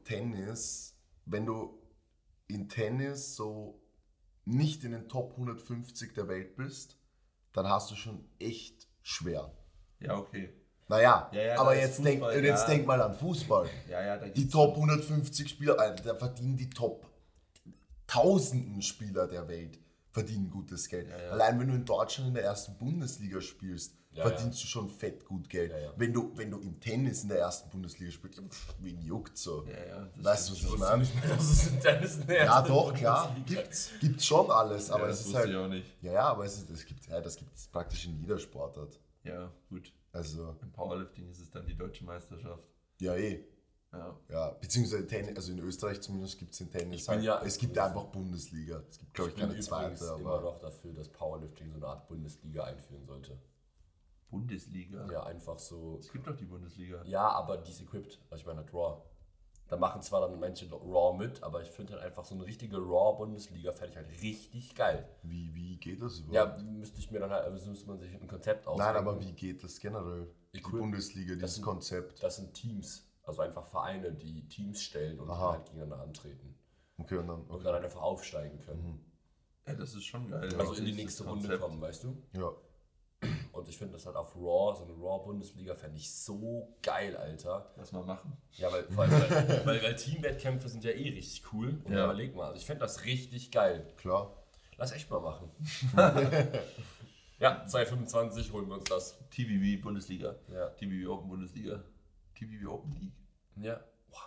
in Tennis so nicht in den Top 150 der Welt bist, dann hast du schon echt schwer. Ja, okay. Naja, Ja, ja, aber da ist jetzt denk, Fußball, jetzt ja. denk mal an Fußball. Ja, da Die gibt's Top 150 Spieler, da verdienen die Top tausenden Spieler der Welt verdienen gutes Geld. Ja. Allein wenn du in Deutschland in der ersten Bundesliga spielst, Ja, verdienst du schon fett gut Geld. Ja. Wenn du im Tennis in der ersten Bundesliga spielst, wen juckt so? Ja, das Weißt du, was Ich ich wusste meine? nicht mehr, dass es in Tennis in der Ja, ersten doch, klar. Bundesliga- Gibt's schon alles, aber ja, es das ist wusste halt. ich auch nicht. Ja, aber das gibt's praktisch in jeder Sportart. Ja, gut. Also, Im Powerlifting ist es dann die deutsche Meisterschaft. ja eh. Ja. Ja, beziehungsweise Tennis, also in Österreich zumindest gibt es in Tennis Ich bin halt, ja- es gibt einfach Bundesliga. Es gibt, glaube ich, bin keine übrigens zweite, immer aber noch dafür, dass Powerlifting so eine Art Bundesliga einführen sollte. Bundesliga? Ja, einfach so. Es gibt doch die Bundesliga. Ja, aber die ist equipped. Also ich meine halt Raw. Da machen zwar dann manche Raw mit, aber ich finde halt einfach so eine richtige Raw-Bundesliga fände ich halt richtig geil. wie geht das Ja, überhaupt? müsste ich mir dann halt, also müsste man sich ein Konzept ausdenken. Nein, aber wie geht das generell? Die Equip- Bundesliga, das dieses sind- Konzept. Das sind Teams, also einfach Vereine, die Teams stellen und Aha. halt gegeneinander antreten. Okay, und dann, Und dann einfach aufsteigen können. Ja, das ist schon geil. Also in die Dieses nächste Runde Konzept. kommen, weißt du? ja. Und ich finde das halt auf Raw, so eine Raw-Bundesliga, fände ich so geil, Alter. Lass mal machen. Ja, vor allem, weil Teamwettkämpfe sind ja eh richtig cool. Und Ja. überleg mal, also ich fände das richtig geil. Klar. Lass echt mal machen. Ja, 2025 holen wir uns das. TBV Bundesliga. Ja. TBV Open Bundesliga. TBV Open League. Ja.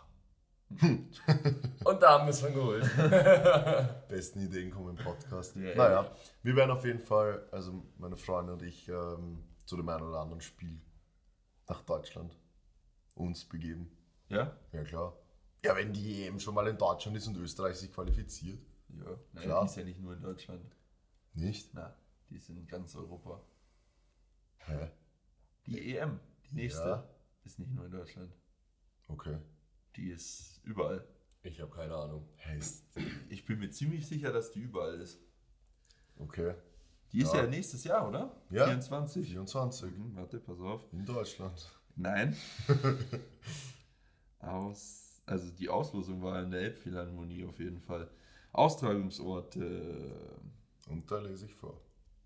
Und da haben wir es schon geholt. Besten Ideen kommen im Podcast. Ja, Naja, wir werden auf jeden Fall, also meine Freunde und ich, zu dem einen oder anderen Spiel nach Deutschland uns begeben. Ja? Ja, klar. Ja, wenn die EM schon mal in Deutschland ist und Österreich sich qualifiziert. Ja. Naja, Klar. die ist ja nicht nur in Deutschland. Nicht? Na, die ist in ganz Europa. Hä? Die EM, die nächste, Ja. ist nicht nur in Deutschland. Okay. Die ist überall. Ich habe keine Ahnung. Hä, ist, Ich bin mir ziemlich sicher, dass die überall ist. okay. Die ist Ja. ja nächstes Jahr, oder? Ja. 24. 24. Warte, pass auf. In Deutschland. Nein. Also die Auslosung war in der Elbphilharmonie auf jeden Fall. Austragungsort. Und da lese ich vor.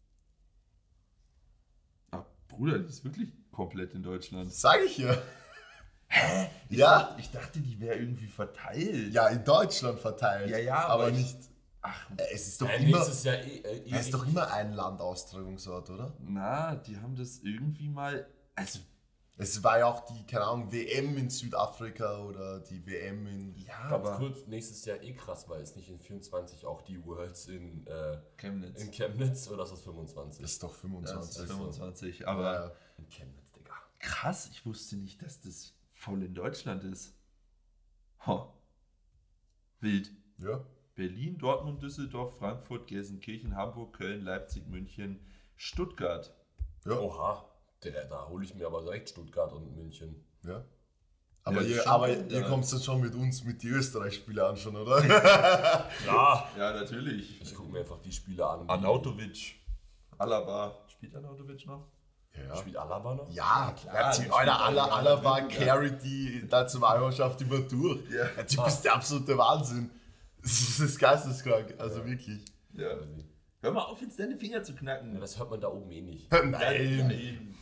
Bruder, die ist wirklich komplett in Deutschland. Das sage ich ja. Ich dachte, die wäre irgendwie verteilt. Ja, in Deutschland verteilt. Ja, aber aber nicht. Ach, Es ist doch immer. Nächstes Jahr Es ist doch immer ein Landaustragungsort, oder? na, die haben das irgendwie mal. Also, Es war ja auch die, keine Ahnung, WM in Südafrika oder die WM in. ja, Ganz aber. kurz, nächstes Jahr krass, weil es nicht in 24 auch die Worlds in Chemnitz. Chemnitz oder ist das 25? Das ist doch Das 25. ist 25. Aber Ja, In Chemnitz, Digga. krass, ich wusste nicht, dass das voll in Deutschland ist. Ha. Wild. ja. Berlin, Dortmund, Düsseldorf, Frankfurt, Gelsenkirchen, Hamburg, Köln, Leipzig, München, Stuttgart. Ja. Oha, da hole ich mir aber direkt Stuttgart und München. Ja. Aber, Ja, ihr, schon aber gut, ihr ja. kommt jetzt schon mit uns mit die Österreich-Spiele anschauen, oder? Ja. Ja, natürlich. Ich gucke mir einfach die Spiele an. Arnautovic. Alaba. Spielt Arnautovic noch? Ja. Spielt Alaba noch? Ja, klar, der der Typ, spielt Alter, bei Real Alaba Madrid, carried die Nationalmannschaft immer durch. Ja. Der Typ ist der absolute Wahnsinn. Das ist geisteskrank, also wirklich. Ja. Hör mal auf, jetzt deine Finger zu knacken. Ja, das hört man da oben eh nicht. Nein. Nein.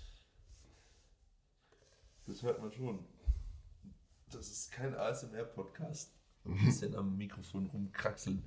Das hört man schon. Das ist kein ASMR-Podcast. Ein bisschen am Mikrofon rumkraxeln.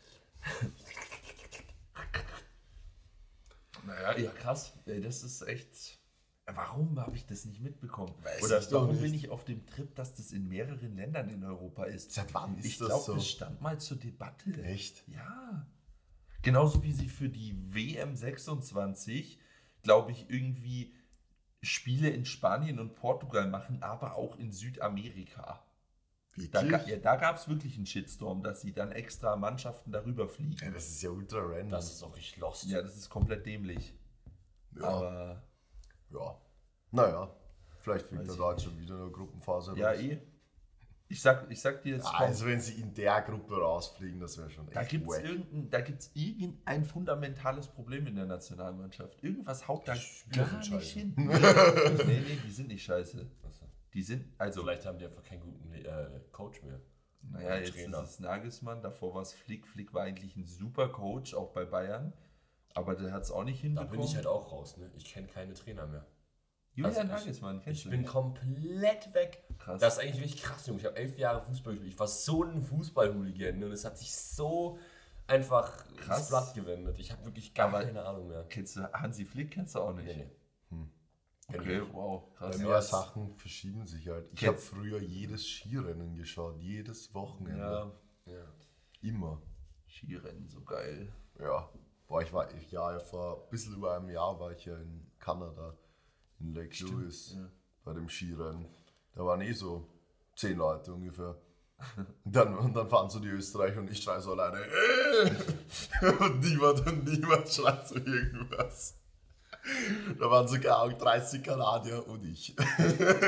Naja, ja krass. Ey, das ist echt... Warum habe ich das nicht mitbekommen? Weiß Oder ich doch warum nicht. bin ich auf dem Trip, dass das in mehreren Ländern in Europa ist? Seit wann ist Ich das glaube, so? das stand mal zur Debatte. Echt? Ja. Genauso wie sie für die WM 26, glaube ich, irgendwie Spiele in Spanien und Portugal machen, aber auch in Südamerika. Wirklich? Da gab es wirklich einen Shitstorm, dass sie dann extra Mannschaften darüber fliegen. Ja, das ist ja ultra random. Das ist auch richtig lost. Ja, das ist komplett dämlich. ja. Aber ja. Naja, vielleicht fliegt Weiß der ich Deutsche wieder in der Gruppenphase ja, raus. eh. Ich sag dir jetzt, Ja, also wenn sie in der Gruppe rausfliegen, das wäre schon da echt gibt wack. es irgendein fundamentales Problem in der Nationalmannschaft. Irgendwas haut da Spieler gar sind nicht scheiße. hin. Nee, die sind nicht scheiße. Die sind, also, Vielleicht haben die einfach keinen guten Coach mehr. naja, jetzt Trainer. ist es Nagelsmann, davor war es Flick. Flick war eigentlich ein super Coach, auch bei Bayern. Aber der hat es auch nicht Da hinbekommen. bin ich halt auch raus, ne? Ich kenne keine Trainer mehr. Julian also Nagelsmann, kennst Ich du bin nicht? komplett weg. Krass. Das ist eigentlich wirklich krass, Junge. Ich habe 11 Jahre Fußball gespielt. Ich war so ein Fußball-Hooligan und es hat sich so einfach Krass. ins Blatt gewendet. Ich habe wirklich gar Aber- keine Ahnung mehr. Kennst du Hansi Flick? Kennst du auch nicht? Nee. Kenn Okay, ich nicht. wow, krass. Ja, mehr Sachen verschieben sich halt. Ich Kennst- habe früher jedes Skirennen geschaut, jedes Wochenende. Ja, Ja. Immer. Skirennen, so geil. Ja. Boah, vor ein bisschen über einem Jahr war ich ja in Kanada, in Lake Louise, ja. bei dem Skirennen. Da waren eh so 10 Leute ungefähr. Und dann fahren so die Österreicher und ich schreie so alleine, und niemand schreit so irgendwas. Da waren sogar 30 Kanadier und ich. Ach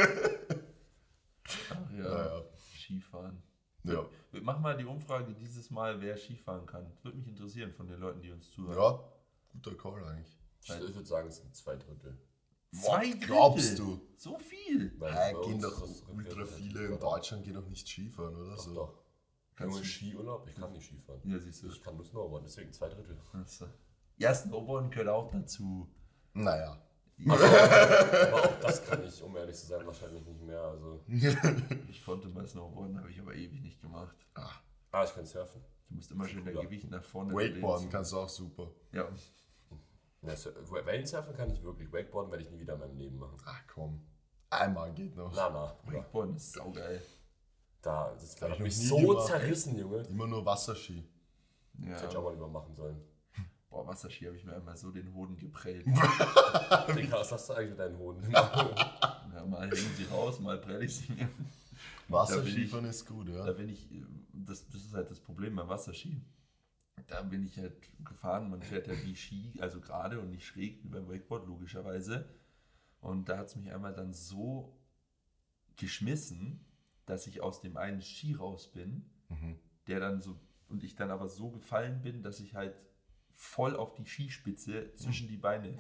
ja, Naja. Skifahren. Ja. Mach mal die Umfrage dieses Mal, wer Skifahren kann. Würde mich interessieren von den Leuten, die uns zuhören. Ja, guter Call eigentlich. Ich würde sagen, es sind 2 Drittel. Zwei Drittel. Glaubst du? So viel? Weil Ja, bei gehen uns doch ist das ultra relativ viele in überall. Deutschland gehen doch nicht Skifahren, oder Doch, so? doch. Kannst Junge, du- Skiurlaub? Ich kann nicht Skifahren. Ja, siehst du. Ich kann nur Snowboarden, deswegen 2 Drittel. Also. Ja, Snowboarden gehört auch dazu. Naja, Aber auch das kann ich, um ehrlich zu sein, wahrscheinlich nicht mehr. Also, Ich konnte mal Snowboarden, habe ich aber ewig nicht gemacht. ich kann surfen. Du musst immer schön dein Ja. Gewicht nach vorne Wakeboarden lehnen. kannst du auch super. Ja. Ja, Wellensurfen kann ich wirklich. Wakeboarden werde ich nie wieder in meinem Leben machen. Ach komm. Einmal geht noch. Na. Wakeboarden ist saugeil. Das Hab ich hat noch mich nie so gemacht. zerrissen, Junge. Immer nur Wasserski. Das hätte ich auch mal lieber machen sollen. Boah, Wasserski habe ich mir einmal so den Hoden geprellt. Digga, was hast du eigentlich mit deinen Hoden? Ja, mal hängen sie raus, mal prell ich sie mir. Wasserskifahren ist gut, Da ja. bin ich, das ist halt das Problem beim Wasserski. Da bin ich halt gefahren, man fährt ja wie Ski, also gerade und nicht schräg wie beim Wakeboard, logischerweise. Und da hat es mich einmal dann so geschmissen, dass ich aus dem einen Ski raus bin, der dann so, und ich dann aber so gefallen bin, dass ich halt voll auf die Skispitze zwischen die Beine.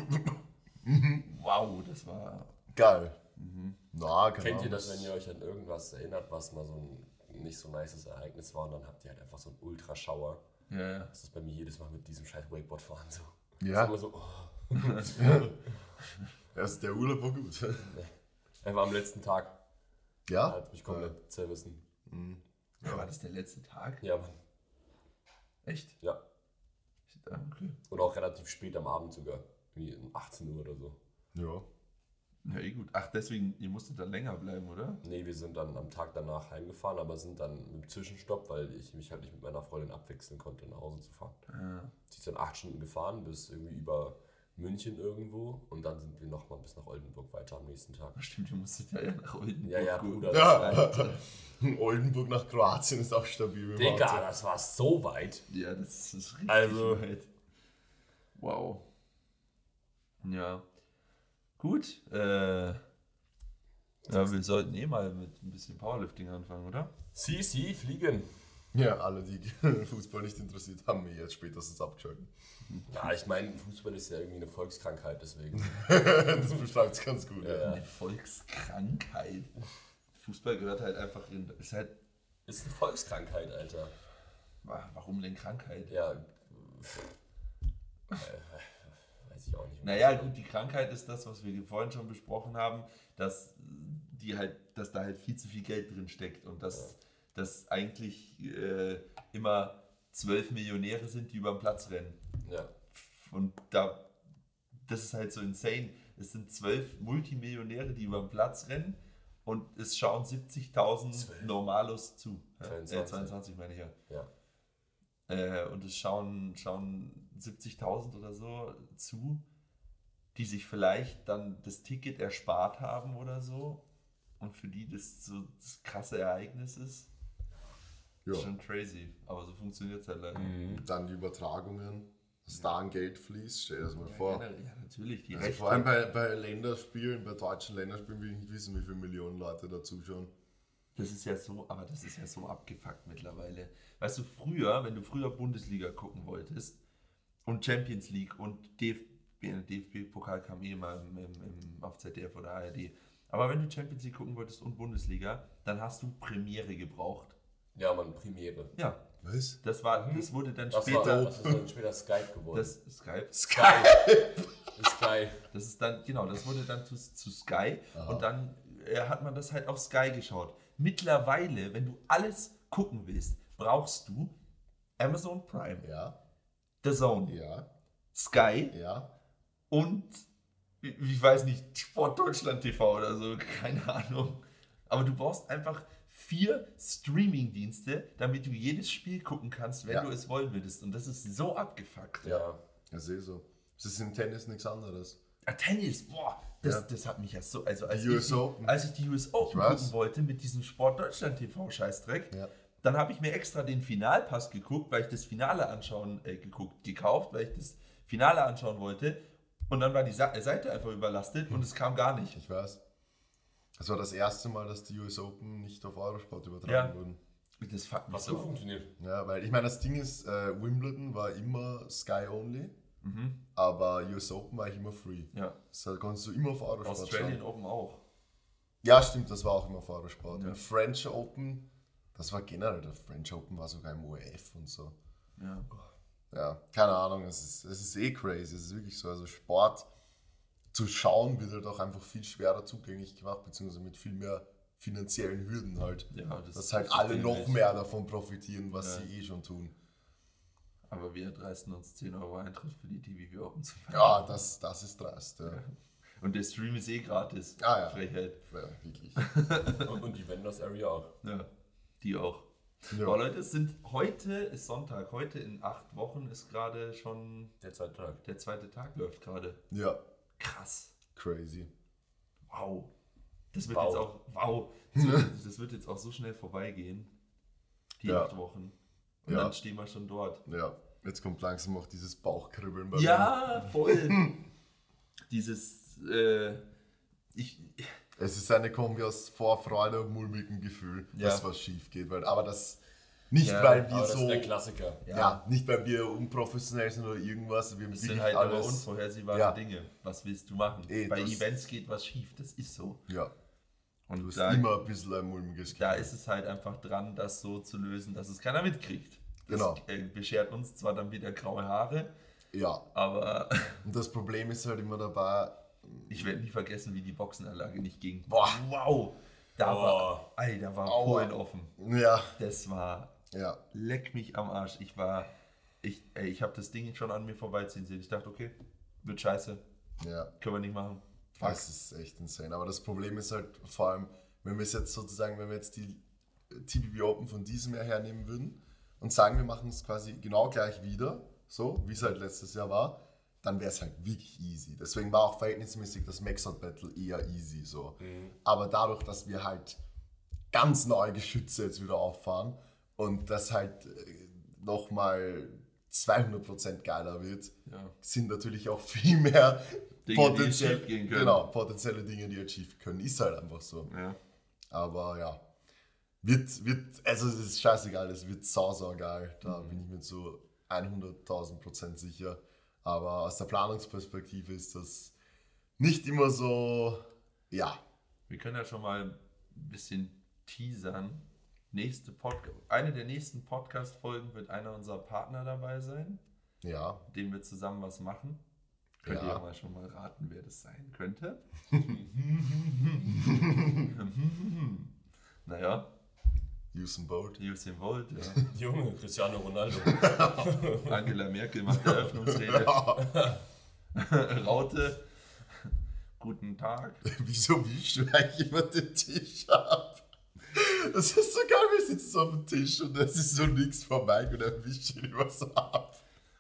Wow, das war. Geil. Na, keine Kennt ihr Ahnung. das, wenn ihr euch an irgendwas erinnert, was mal so ein nicht so nices Ereignis war und dann habt ihr halt einfach so einen Ultraschauer? Ja, Das ist bei mir jedes Mal mit diesem scheiß Wakeboard fahren so. Ja. Das ist immer so, Also der Urlaub war gut. Einfach am letzten Tag. Ja? Hat mich komplett zerrissen. ja. War das der letzte Tag? Ja, Mann. Echt? Ja. Okay. Und auch relativ spät am Abend sogar. Wie um 18 Uhr oder so. Ja. Ja, eh gut. Ach, deswegen, ihr musstet dann länger bleiben, oder? Nee, wir sind dann am Tag danach heimgefahren, aber sind dann mit dem Zwischenstopp, weil ich mich halt nicht mit meiner Freundin abwechseln konnte, nach Hause zu fahren. Sie ist dann 8 Stunden gefahren, bis irgendwie über München irgendwo und dann sind wir nochmal bis nach Oldenburg weiter am nächsten Tag. Stimmt, ihr musstet ja nach Oldenburg. Ja, Gut. Bruder. Ja. Oldenburg nach Kroatien ist auch stabil. mit dem Digga, Auto. das war so weit. Ja, das ist richtig Also- weit. Wow. Ja. Gut. Ja, wir sollten eh mal mit ein bisschen Powerlifting anfangen, oder? Sie, fliegen. Ja, alle, die Fußball nicht interessiert, haben mir jetzt spätestens abgeschaltet. Ja, ich meine, Fußball ist ja irgendwie eine Volkskrankheit, deswegen. Das beschreibt es ganz gut. Ja. Eine Volkskrankheit. Fußball gehört halt einfach in. Ist halt. Ist eine Volkskrankheit, Alter. Warum denn Krankheit? Ja. Weiß ich auch nicht. Naja, gut, die Krankheit ist das, was wir vorhin schon besprochen haben, dass da halt viel zu viel Geld drin steckt und dass eigentlich immer 12 Millionäre sind, die über den Platz rennen. Ja. Und das ist halt so insane. Es sind 12 Multimillionäre, die über den Platz rennen und es schauen 70.000 Normalos zu. 22. 22 meine ich ja. Ja. Und es schauen 70.000 oder so zu, die sich vielleicht dann das Ticket erspart haben oder so und für die das so das krasse Ereignis ist. Ja. Schon crazy, aber so funktioniert es halt leider. Dann die Übertragungen, dass da ein Geld fließt, stell dir das mal vor. Ja, natürlich, die Also Rechte. vor allem bei Länderspielen, bei deutschen Länderspielen will ich nicht wissen, wie viele Millionen Leute da zuschauen. Das ist ja so abgefuckt mittlerweile. Weißt du, früher, wenn du früher Bundesliga gucken wolltest und Champions League und DFB-Pokal kam eh mal auf ZDF oder ARD. Aber wenn du Champions League gucken wolltest und Bundesliga, dann hast du Premiere gebraucht. Ja, Mann, Premiere. Ja, Was? das wurde dann Das später. ist dann später Skype geworden. Das Skype. Sky. Das ist dann, genau, das wurde dann zu Sky und dann hat man das halt auf Sky geschaut. Mittlerweile, wenn du alles gucken willst, brauchst du Amazon Prime, Ja, The Zone, ja, Sky ja. und ich weiß nicht, Sport Deutschland TV oder so, keine Ahnung. Aber du brauchst einfach 4 Streaming-Dienste, damit du jedes Spiel gucken kannst, wenn Ja. du es wollen würdest. Und das ist so abgefuckt. Ja. Das ist eh so. Das ist im Tennis nichts anderes. Tennis, boah, das hat mich ja so, also als, Die US Open. als ich die US Open Ich weiß. gucken wollte mit diesem Sport Deutschland TV Scheißdreck, Ja. dann habe ich mir extra den Finalpass geguckt, weil ich das Finale gekauft, weil ich das Finale anschauen wollte und dann war die Seite einfach überlastet und es kam gar nicht. Ich weiß. Das war das erste Mal, dass die US Open nicht auf Eurosport übertragen Ja. wurden. Das fuckt mich Was so so. funktioniert. Ja, weil ich meine, das Ding ist, Wimbledon war immer Sky Only, aber US Open war ich immer free. Ja. Das konntest du immer auf Eurosport Australian schauen. Open auch. Ja, stimmt, das war auch immer auf Eurosport. Ja. Und French Open, das war generell, der French Open war sogar im ORF und so. Ja. Ja, keine Ahnung, es ist eh crazy, es ist wirklich so. Also Sport zu schauen wird halt auch einfach viel schwerer zugänglich gemacht, beziehungsweise mit viel mehr finanziellen Hürden halt. Ja, dass halt alle noch mehr davon profitieren, was sie eh schon tun. Aber wir dreisten uns 10 Euro Eintritt für die TBV Open zu feiern. Ja, das ist dreist. Ja. Und der Stream ist eh gratis. Ja. Frechheit. Ja, wirklich. Und die Vendors Area auch. Ja, die auch. Ja. Aber Leute, heute ist Sonntag. Heute in 8 Wochen ist gerade schon Der zweite Tag. der zweite Tag läuft gerade. Ja, Krass. crazy. Wow. Das wird Wow. jetzt auch, das wird jetzt auch so schnell vorbeigehen. Die Ja. 8 Wochen. Und Ja. dann stehen wir schon dort. Ja, jetzt kommt langsam auch dieses Bauchkribbeln bei mir. Ja, voll. Dieses, Es ist eine Kombi aus Vorfreude und mulmigem Gefühl, Ja. dass was schief geht. Aber das nicht, Ja, weil Aber wir das so... ist der Klassiker. Ja, nicht weil wir unprofessionell sind oder irgendwas. Wir haben das wirklich sind halt aber alles... unvorhersehbare Ja. Dinge. Was willst du machen? Bei Das- Events geht was schief, das ist so. Ja, du Und hast da, immer ein bisschen ein mulmiges Gefühl. da ist es halt einfach dran, das so zu lösen, dass es keiner mitkriegt. Das Genau. Beschert uns zwar dann wieder graue Haare, Ja, aber und das Problem ist halt immer dabei... ich werde nie vergessen, wie die Boxenanlage nicht ging. Boah. Wow! Da war Aua. Polen offen. Ja, Das war ja. leck mich am Arsch. Ich habe das Ding schon an mir vorbeiziehen sehen. Ich dachte, okay, wird scheiße, Ja, können wir nicht machen. Fuck. das ist echt insane. Aber das Problem ist halt vor allem, wenn wir jetzt die TBB Open von diesem Jahr hernehmen würden und sagen, wir machen es quasi genau gleich wieder, so wie es halt letztes Jahr war, dann wäre es halt wirklich easy. Deswegen war auch verhältnismäßig das Max-Out Battle eher easy so. Aber dadurch, dass wir halt ganz neue Geschütze jetzt wieder auffahren und das halt nochmal 200% geiler wird, Ja. sind natürlich auch viel mehr Dinge, die schief gehen können. Genau, potenzielle Dinge, die achieved können. Ist halt einfach so. Ja. Aber ja, also es ist scheißegal, es wird sau geil. Da bin ich mir zu 100.000% sicher. Aber aus der Planungsperspektive ist das nicht immer so, ja. Wir können ja schon mal ein bisschen teasern. Eine der nächsten Podcast-Folgen wird einer unserer Partner dabei sein, Ja, mit dem wir zusammen was machen. Könnt ihr Ja. ja mal schon mal raten, wer das sein könnte. Naja, Usain Bolt. Usain Bolt, ja. Junge, Cristiano Ronaldo. Angela Merkel macht Eröffnungsrede. Raute, guten Tag. Wieso wischst du eigentlich immer den Tisch ab? Das ist so geil, wir sitzen so auf dem Tisch und es ist so nichts vor Mike und er wischt ihn immer so ab.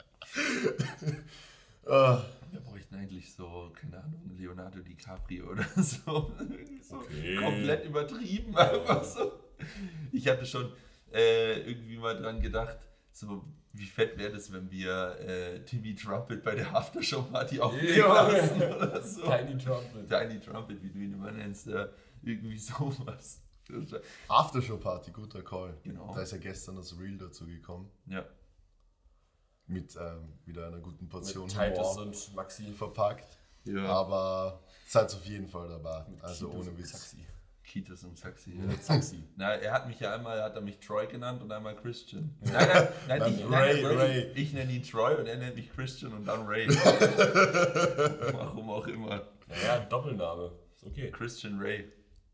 Wir bräuchten eigentlich so, keine Ahnung, Leonardo DiCaprio oder so. So Okay. komplett übertrieben, einfach so. Ich hatte schon irgendwie mal dran gedacht, so wie fett wäre das, wenn wir Timmy Trumpet bei der Aftershow-Party aufnehmen Ja. lassen oder so. Tiny Trumpet. Tiny Trumpet, wie du ihn immer nennst, irgendwie sowas. Aftershow-Party, guter Call. Genau. Da ist ja gestern das Reel dazu gekommen. Ja, Mit wieder einer guten Portion Mit Titus Humor und Maxi. verpackt. ja. Aber seid auf jeden Fall dabei. Also Titus ohne und Witz. Saxi. Kitas und Saxi. Mit Saxi. Na, er hat mich ja einmal, hat er mich Troy genannt und einmal Christian. Nein, Dann Ray. Ray. Ich nenne ihn Troy und er nennt mich Christian und dann Ray. Warum auch immer. Naja, Doppelname. Ist okay. Christian Ray.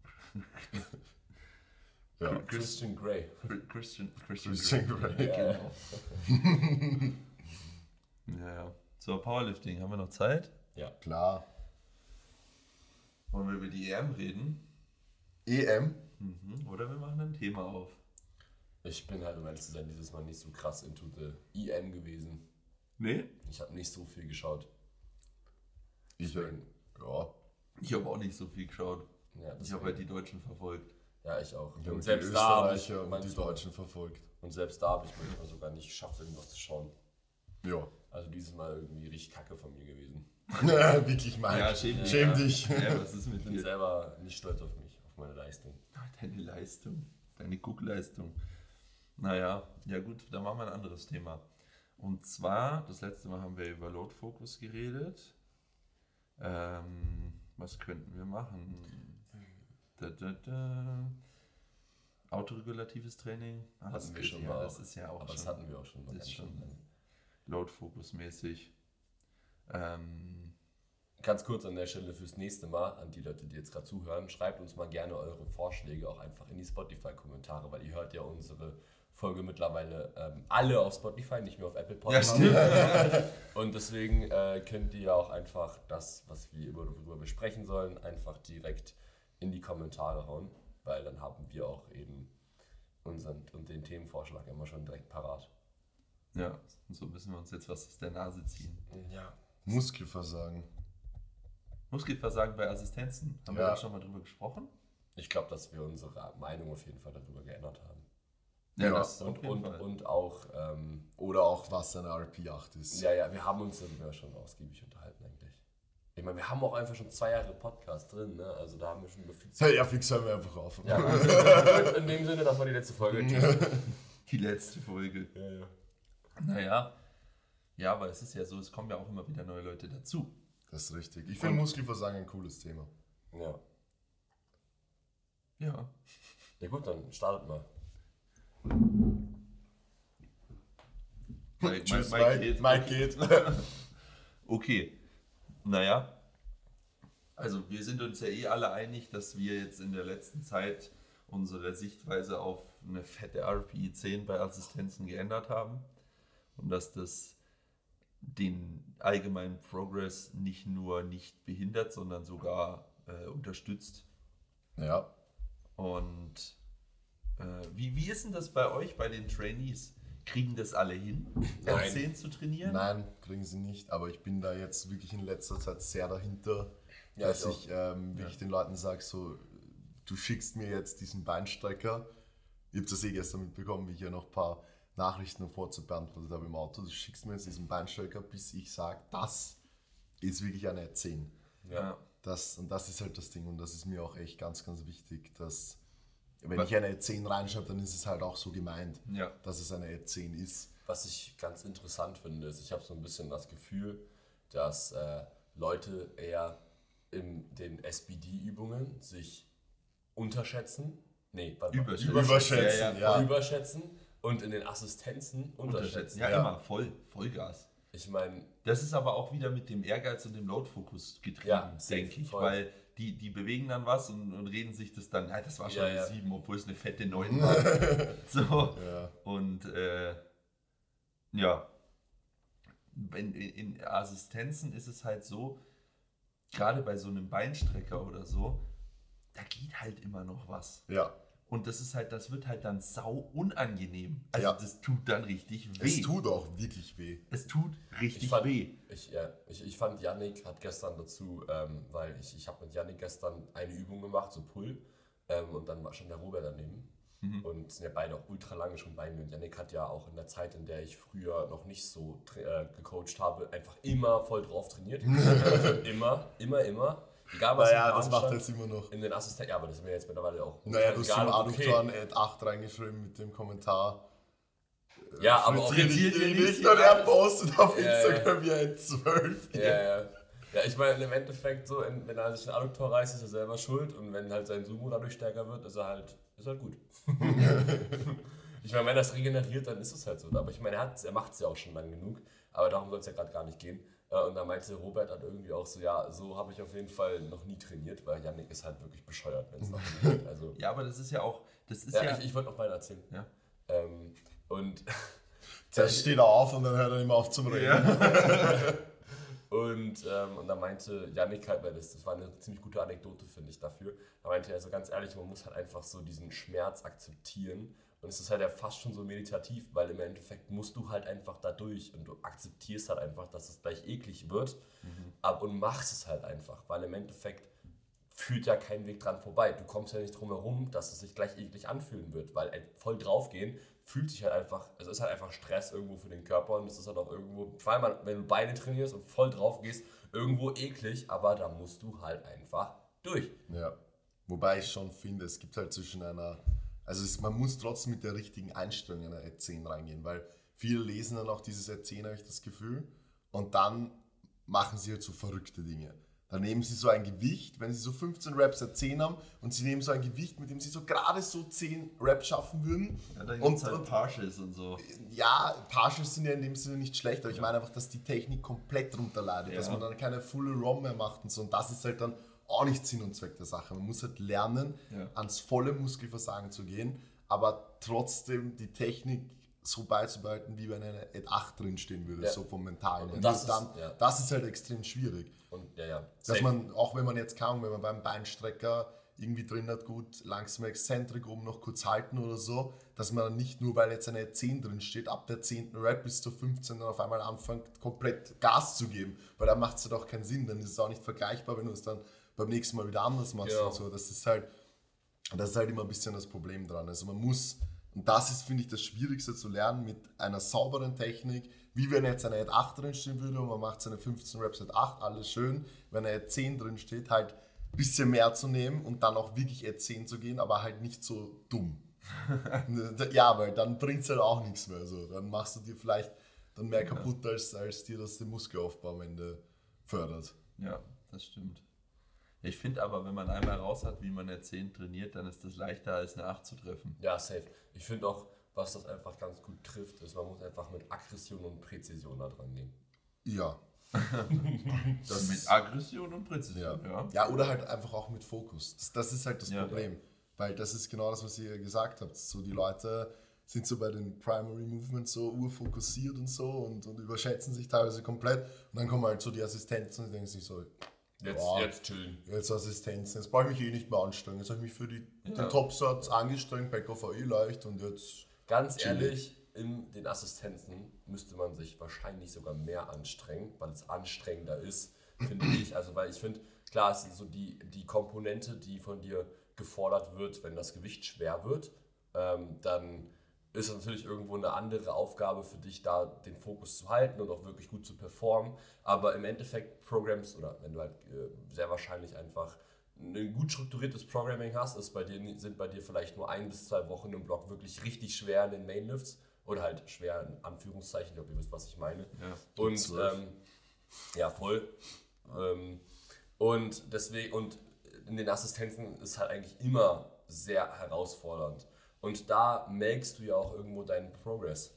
Ja. Christian Grey. Christian Grey. Genau. Ja. So, Powerlifting, haben wir noch Zeit? Ja. Klar. Wollen wir über die EM reden? EM? Oder wir machen ein Thema auf. Ich bin halt, um ehrlich zu sein, dieses Mal nicht so krass into the EM gewesen. Nee? Ich habe nicht so viel geschaut. Ich Deswegen- ja. Ich habe auch nicht so viel geschaut. Ja, Ich habe halt die Deutschen verfolgt. Ja, ich auch. Ich habe Und die selbst da habe ich Österreicher und die manchmal- Deutschen verfolgt. Und selbst da habe ich manchmal sogar nicht geschafft, irgendwas zu schauen. Ja. Also dieses Mal irgendwie richtig kacke von mir gewesen. Wirklich, Mike. schäm dich. Schäm dich. Ja, was ist mit Ich bin dir? selber nicht stolz auf mich, auf meine Leistung. Deine Leistung, deine Guckleistung. Naja, ja gut, dann machen wir ein anderes Thema. Und zwar, das letzte Mal haben wir über Load Focus geredet. Was könnten wir machen? Autoregulatives Training. Ah, Hatten wir schon ja, mal. das ist ja auch Aber das schon hatten wir auch schon. ist Ganz schon- schön. Load Focus mäßig. Ganz kurz an der Stelle fürs nächste Mal, an die Leute, die jetzt gerade zuhören, schreibt uns mal gerne eure Vorschläge auch einfach in die Spotify-Kommentare, weil ihr hört ja unsere Folge mittlerweile alle auf Spotify, nicht mehr auf Apple Podcasts. Ja, und deswegen könnt ihr auch einfach das, was wir darüber besprechen sollen, einfach direkt in die Kommentare hauen, weil dann haben wir auch eben den Themenvorschlag immer schon direkt parat. Ja, und so müssen wir uns jetzt was aus der Nase ziehen. Ja. Muskelversagen. Muskelversagen bei Assistenzen. Haben wir da schon mal drüber gesprochen? Ich glaube, dass wir unsere Meinung auf jeden Fall darüber geändert haben. Ja, das und auch... oder auch, was eine RP8 ist. Ja, wir haben uns darüber schon ausgiebig unterhalten eigentlich. Ich meine, wir haben auch einfach schon 2 Jahre Podcast drin, ne? Also da haben wir schon über viel Zeit. Ja, fix hören wir einfach auf. Ja, in dem Sinne, das war die letzte Folge. Die letzte Folge. Ja. Naja, ja, aber es ist ja so, es kommen ja auch immer wieder neue Leute dazu. Das ist richtig. Ich finde Muskelversagen ein cooles Thema. Ja. Ja. Ja gut, dann startet mal. Tschüss, Mike geht. Okay. Naja. Also wir sind uns ja alle einig, dass wir jetzt in der letzten Zeit unsere Sichtweise auf eine fette RPE 10 bei Assistenzen geändert haben. Und dass das den allgemeinen Progress nicht nur nicht behindert, sondern sogar unterstützt. Ja. Und wie ist denn das bei euch, bei den Trainees? Kriegen das alle hin, R10 zu trainieren? Nein, kriegen sie nicht. Aber ich bin da jetzt wirklich in letzter Zeit sehr dahinter, dass ich wirklich den Leuten sage, so, du schickst mir jetzt diesen Beinstrecker. Ich habe das gestern mitbekommen, wie ich ja noch ein paar Nachrichten davor zu beantwortet habe im Auto. Du schickst mir jetzt diesen Beinstrecker, bis ich sage, das ist wirklich eine 10. Ja. Und das ist halt das Ding. Und das ist mir auch echt ganz, ganz wichtig, dass wenn ich eine 10 reinschreibe, dann ist es halt auch so gemeint, dass es eine 10 ist. Was ich ganz interessant finde, ist, ich habe so ein bisschen das Gefühl, dass Leute eher in den SBD-Übungen sich überschätzen und in den Assistenzen unterschätzen. Ja, immer Vollgas. Ich meine, das ist aber auch wieder mit dem Ehrgeiz und dem Load-Fokus getrieben, denke ich, weil die bewegen dann was und reden sich das dann, das war schon eine 7, obwohl es eine fette 9 war. So. Ja. Und in Assistenzen ist es halt so, gerade bei so einem Beinstrecker oder so, da geht halt immer noch was. Ja. Und das ist halt, das wird halt dann sau unangenehm. Also das tut dann richtig weh. Es tut auch wirklich weh. Es tut richtig weh. Ich fand, Yannick hat gestern dazu, weil ich habe mit Yannick gestern eine Übung gemacht, so Pull, und dann war schon der Robert daneben. Und sind ja beide auch ultra lange schon bei mir. Und Yannick hat ja auch in der Zeit, in der ich früher noch nicht so gecoacht habe, einfach immer voll drauf trainiert. Also immer. Egal was das macht er jetzt immer noch. In den Assistenten, aber das ist mir jetzt mittlerweile auch. Naja, du hast zum Adduktoren Ad 8 reingeschrieben mit dem Kommentar. Ja, aber auch nicht. Und er postet auf Instagram wie ein 12. Ja, ich meine, im Endeffekt so, wenn er sich einen Adduktor reißt, ist er selber schuld. Und wenn halt sein Sumo dadurch stärker wird, ist er halt gut. Ich meine, wenn er es regeneriert, dann ist es halt so. Aber ich meine, er macht es ja auch schon lang genug. Aber darum soll es ja gerade gar nicht gehen. Und da meinte Robert dann irgendwie auch so, so habe ich auf jeden Fall noch nie trainiert, weil Yannick ist halt wirklich bescheuert, wenn es noch nie geht. Also, ja, aber das ist ja auch, ich wollte noch weiter erzählen. Ja. Und der steht auf und dann hört er immer auf zum Reden. Ja. Und dann meinte Yannick halt, weil das war eine ziemlich gute Anekdote, finde ich, dafür. Da meinte er so ganz ehrlich, man muss halt einfach so diesen Schmerz akzeptieren. Und es ist halt ja fast schon so meditativ, weil im Endeffekt musst du halt einfach da durch und du akzeptierst halt einfach, dass es gleich eklig wird und machst es halt einfach, weil im Endeffekt führt ja kein Weg dran vorbei. Du kommst ja nicht drum herum, dass es sich gleich eklig anfühlen wird, weil voll draufgehen fühlt sich halt einfach, es ist halt einfach Stress irgendwo für den Körper und es ist halt auch irgendwo, vor allem wenn du Beine trainierst und voll drauf gehst, irgendwo eklig, aber da musst du halt einfach durch. Ja, wobei ich schon finde, es gibt halt zwischen man muss trotzdem mit der richtigen Einstellung in eine 10 reingehen, weil viele lesen dann auch dieses 10, habe ich das Gefühl, und dann machen sie halt so verrückte Dinge. Dann nehmen sie so ein Gewicht, wenn sie so 15 Reps at 10 haben und sie nehmen so ein Gewicht, mit dem sie so gerade so 10 Reps schaffen würden. Ja, dann gibt es halt Partials und so. Ja, Partials sind ja in dem Sinne nicht schlecht, aber ich meine einfach, dass die Technik komplett drunter leidet, dass man dann keine Full ROM mehr macht und so. Und das ist halt dann auch nicht Sinn und Zweck der Sache. Man muss halt lernen, ans volle Muskelversagen zu gehen, aber trotzdem die Technik so beizubehalten, wie wenn eine Ad 8 drinstehen würde, so vom Mentalen. Und das das ist halt extrem schwierig. Und Dass man, auch wenn man jetzt kann, wenn man beim Beinstrecker irgendwie drin hat, gut langsam Exzentrik oben noch kurz halten oder so, dass man nicht nur, weil jetzt eine 10 drin steht, ab der 10. Rep bis zur 15. dann auf einmal anfängt, komplett Gas zu geben, weil dann macht es halt auch keinen Sinn, dann ist es auch nicht vergleichbar, wenn du es dann beim nächsten Mal wieder anders machst und so. Das ist halt immer ein bisschen das Problem dran. Also man muss, und das ist, finde ich, das Schwierigste zu lernen, mit einer sauberen Technik, wie wenn jetzt eine Ad 8 drinstehen würde und man macht seine 15 Reps Ad 8, alles schön. Wenn eine Ad 10 drin steht, halt ein bisschen mehr zu nehmen und dann auch wirklich Ad 10 zu gehen, aber halt nicht so dumm. Ja, weil dann bringt es halt auch nichts mehr. So. Dann machst du dir vielleicht dann mehr kaputt, als dir das den Muskelaufbau am Ende fördert. Ja, das stimmt. Ich finde aber, wenn man einmal raus hat, wie man eine 10 trainiert, dann ist das leichter als eine 8 zu treffen. Ja, safe. Ich finde auch, was das einfach ganz gut trifft, ist, man muss einfach mit Aggression und Präzision da dran gehen. Ja. Das mit Aggression und Präzision, Ja, oder halt einfach auch mit Fokus. Das ist halt das Problem. Ja. Weil das ist genau das, was ihr gesagt habt. So, die Leute sind so bei den Primary Movements so urfokussiert und so und überschätzen sich teilweise komplett. Und dann kommen halt so die Assistenzen und denken sich so, jetzt chillen. Jetzt Assistenzen, jetzt brauche ich mich eh nicht mehr anstrengen. Jetzt habe ich mich für den Topsatz angestrengt, Backoff war eh leicht und jetzt... Ganz ehrlich, in den Assistenzen müsste man sich wahrscheinlich sogar mehr anstrengen, weil es anstrengender ist, finde ich. Also weil ich finde, klar, es ist so die Komponente, die von dir gefordert wird, wenn das Gewicht schwer wird, dann ist es natürlich irgendwo eine andere Aufgabe für dich, da den Fokus zu halten und auch wirklich gut zu performen. Aber im Endeffekt Programs, oder wenn du halt sehr wahrscheinlich einfach ein gut strukturiertes Programming hast, sind bei dir vielleicht nur 1 bis 2 Wochen im Block wirklich richtig schwer in den Mainlifts oder halt schwer in Anführungszeichen, ich glaube, ihr wisst, was ich meine. Ja, und voll. Und deswegen, und in den Assistenzen ist halt eigentlich immer sehr herausfordernd. Und da melkst du ja auch irgendwo deinen Progress.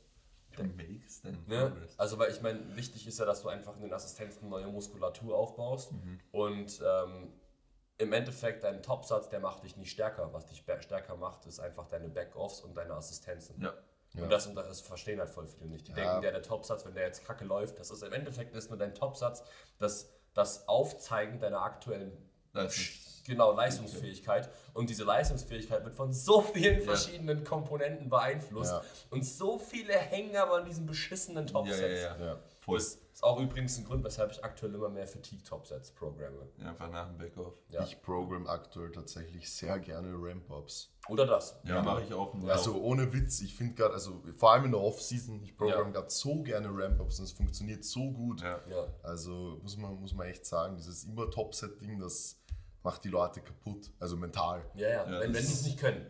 Also, weil ich meine, wichtig ist ja, dass du einfach in den Assistenzen neue Muskulatur aufbaust und im Endeffekt dein Topsatz, der macht dich nicht stärker. Was dich stärker macht, ist einfach deine Backoffs und deine Assistenzen. Ja. Und das verstehen halt voll viele nicht. Die denken, der Topsatz, wenn der jetzt kacke läuft, das ist im Endeffekt nur dein Topsatz, das Aufzeigen deiner aktuellen Leistungsfähigkeit. Und diese Leistungsfähigkeit wird von so vielen verschiedenen Komponenten beeinflusst. Und so viele hängen aber an diesem beschissenen Topsatz. Voll. Das ist auch übrigens ein Grund, weshalb ich aktuell immer mehr Fatigue-Topsets programme. Ja, einfach nach dem Backoff. Ja. Ich programme aktuell tatsächlich sehr gerne Ramp-Ups. Oder das. Ja, mache ich auch. Also ohne Witz, ich finde gerade, also vor allem in der Off-Season, ich programme gerade so gerne Ramp-Ups und es funktioniert so gut. Ja. Also muss man echt sagen, dieses immer Topset-Ding, das macht die Leute kaputt, also mental. Wenn die es nicht können.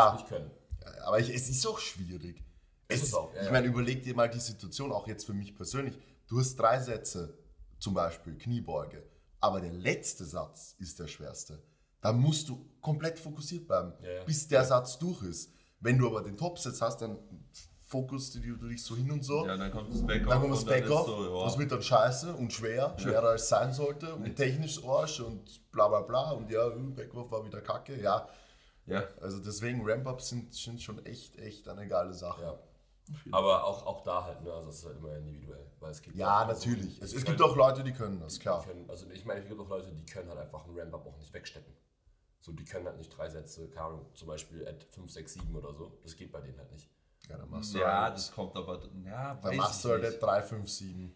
Aber es ist auch schwierig. Ich meine, überleg dir mal die Situation, auch jetzt für mich persönlich. Du hast 3 Sätze, zum Beispiel Kniebeuge, aber der letzte Satz ist der schwerste. Da musst du komplett fokussiert bleiben, bis der Satz durch ist. Wenn du aber den Topsatz hast, dann fokussierst du dich so hin und so. Ja, dann kommt das Backoff. Das wird dann scheiße und schwerer als es sein sollte und technisch Arsch und bla bla bla und Backoff war wieder kacke, Ja, also deswegen Ramp-Ups sind schon echt eine geile Sache. Ja. Aber auch da halt, ne? Also es ist halt immer individuell. Weil es gibt natürlich. Es gibt auch Leute, die können das, klar. Ich meine, es gibt auch Leute, die können halt einfach einen Ramp-Up auch nicht wegstecken. So, die können halt nicht 3 Sätze, keine Ahnung, zum Beispiel at 5, 6, 7 oder so. Das geht bei denen halt nicht. Ja, dann machst du das kommt aber, dann machst du halt at 3, 5, 7.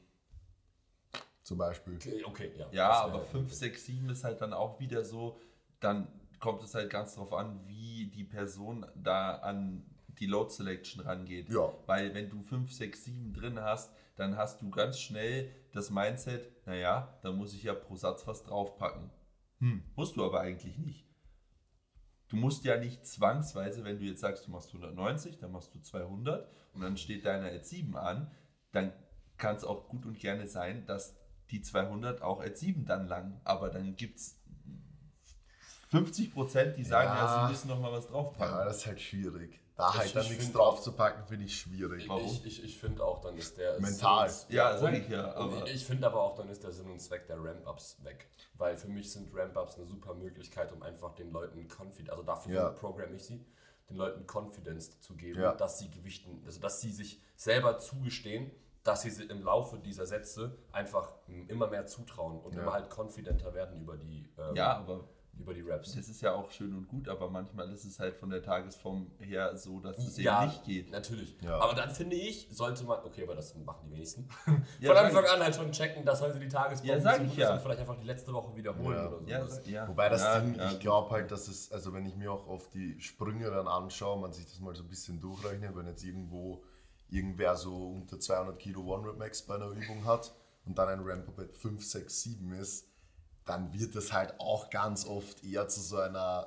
Zum Beispiel. Okay. Ja, aber 5, 6, 7 ist halt dann auch wieder so, dann kommt es halt ganz drauf an, wie die Person da an die Load Selection rangeht. Ja. Weil wenn du 5, 6, 7 drin hast, dann hast du ganz schnell das Mindset, da muss ich ja pro Satz was draufpacken. Musst du aber eigentlich nicht. Du musst ja nicht zwangsweise, wenn du jetzt sagst, du machst 190, dann machst du 200 und dann steht deiner jetzt 7 an, dann kann es auch gut und gerne sein, dass die 200 auch als 7 dann lang, aber dann gibt es 50%, die sagen, ja, sie müssen noch mal was draufpacken. Ja, das ist halt schwierig. Da halt dann nichts draufzupacken, finde ich schwierig. Warum? Ich finde auch, dann ist der mental. Sag ich ja. Aber ich finde aber auch, dann ist der Sinn und Zweck der Ramp-Ups weg. Weil für mich sind Ramp-Ups eine super Möglichkeit, um einfach den Leuten also dafür programme ich sie, den Leuten Confidence zu geben, dass sie gewichten, also dass sie sich selber zugestehen, dass sie im Laufe dieser Sätze einfach immer mehr zutrauen und immer halt confidenter werden über die über die Raps. Das ist ja auch schön und gut, aber manchmal ist es halt von der Tagesform her so, dass es eben nicht geht. Natürlich. Ja. Aber dann finde ich, sollte man, okay, aber das machen die wenigsten, von Anfang an halt schon checken, dass heute die Tagesform und vielleicht einfach die letzte Woche wiederholen oder so. Wobei das Ding, ich glaube halt, dass es, also wenn ich mir auch auf die Sprünge dann anschaue, man sich das mal so ein bisschen durchrechnet, wenn jetzt irgendwer so unter 200 Kilo One-Rep-Max bei einer Übung hat und dann ein Ramp-Up at 5, 6, 7 ist, dann wird es halt auch ganz oft eher zu so einer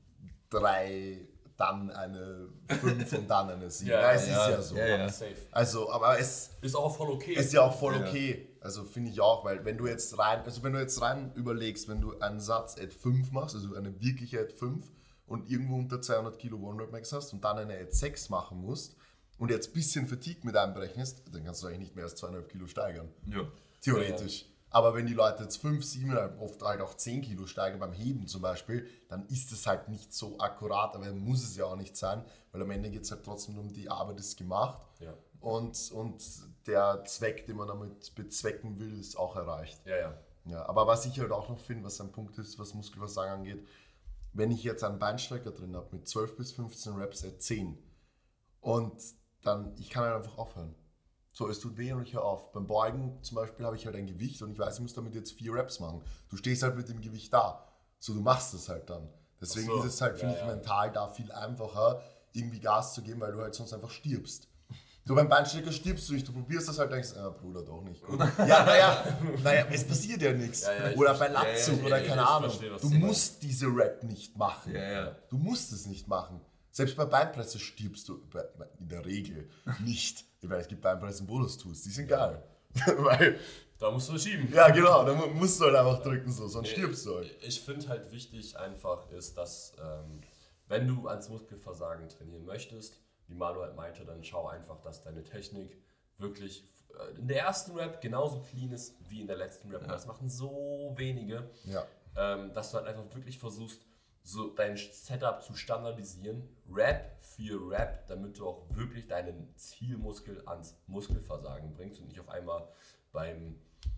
3, dann eine 5 und dann eine 7. Es ist ja so. Safe. Also, aber es ist auch voll okay. Ist ja auch voll okay. Also finde ich auch, weil wenn du jetzt rein überlegst, wenn du einen Satz at 5 machst, also eine wirkliche at 5 und irgendwo unter 200 Kilo One-Rep-Max hast und dann eine at 6 machen musst und jetzt ein bisschen Fatigue mit einberechnest, dann kannst du eigentlich nicht mehr als 2,5 Kilo steigern. Ja. Theoretisch. Aber wenn die Leute jetzt 5, 7, oft halt auch 10 Kilo steigern beim Heben zum Beispiel, dann ist es halt nicht so akkurat, aber muss es ja auch nicht sein, weil am Ende geht es halt trotzdem um die Arbeit ist gemacht und der Zweck, den man damit bezwecken will, ist auch erreicht. Ja, aber was ich halt auch noch finde, was ein Punkt ist, was Muskelversagen angeht, wenn ich jetzt einen Beinstrecker drin habe mit 12 bis 15 Reps at 10 und dann, ich kann halt einfach aufhören. So, es tut weh und ich höre auf. Beim Beugen zum Beispiel habe ich halt ein Gewicht und ich weiß, ich muss damit jetzt 4 Reps machen. Du stehst halt mit dem Gewicht da. So, du machst es halt dann. Deswegen ist es halt, finde ich, mental da viel einfacher, irgendwie Gas zu geben, weil du halt sonst einfach stirbst. So, beim Beinstrecker stirbst du nicht. Du probierst das halt, denkst, Bruder, doch nicht. Naja, es passiert ja nichts. Oder bei Latzug oder keine Ahnung. Du musst diese Rep nicht machen. Du musst es nicht machen. Selbst bei Beinpresse stirbst du in der Regel nicht. Weil es gibt Beinpressen, wo du es tust. Die sind geil. Weil, da musst du schieben. Ja, genau. Da musst du halt einfach drücken, sonst stirbst du halt. Ich finde halt wichtig einfach ist, dass wenn du ans Muskelversagen trainieren möchtest, wie Manu halt meinte, dann schau einfach, dass deine Technik wirklich in der ersten Rep genauso clean ist wie in der letzten Rep. Das machen so wenige, dass du halt einfach wirklich versuchst, so dein Setup zu standardisieren, Rep für Rep, damit du auch wirklich deinen Zielmuskel ans Muskelversagen bringst und nicht auf einmal beim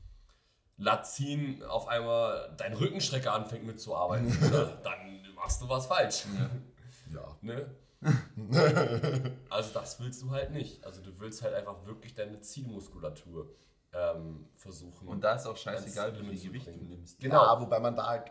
Latziehen auf einmal dein Rückenstrecker anfängt mitzuarbeiten. Dann machst du was falsch. Ne? Also das willst du halt nicht. Also du willst halt einfach wirklich deine Zielmuskulatur versuchen. Und da ist auch scheißegal, wie viel Gewicht du nimmst. Genau, ja, wobei man da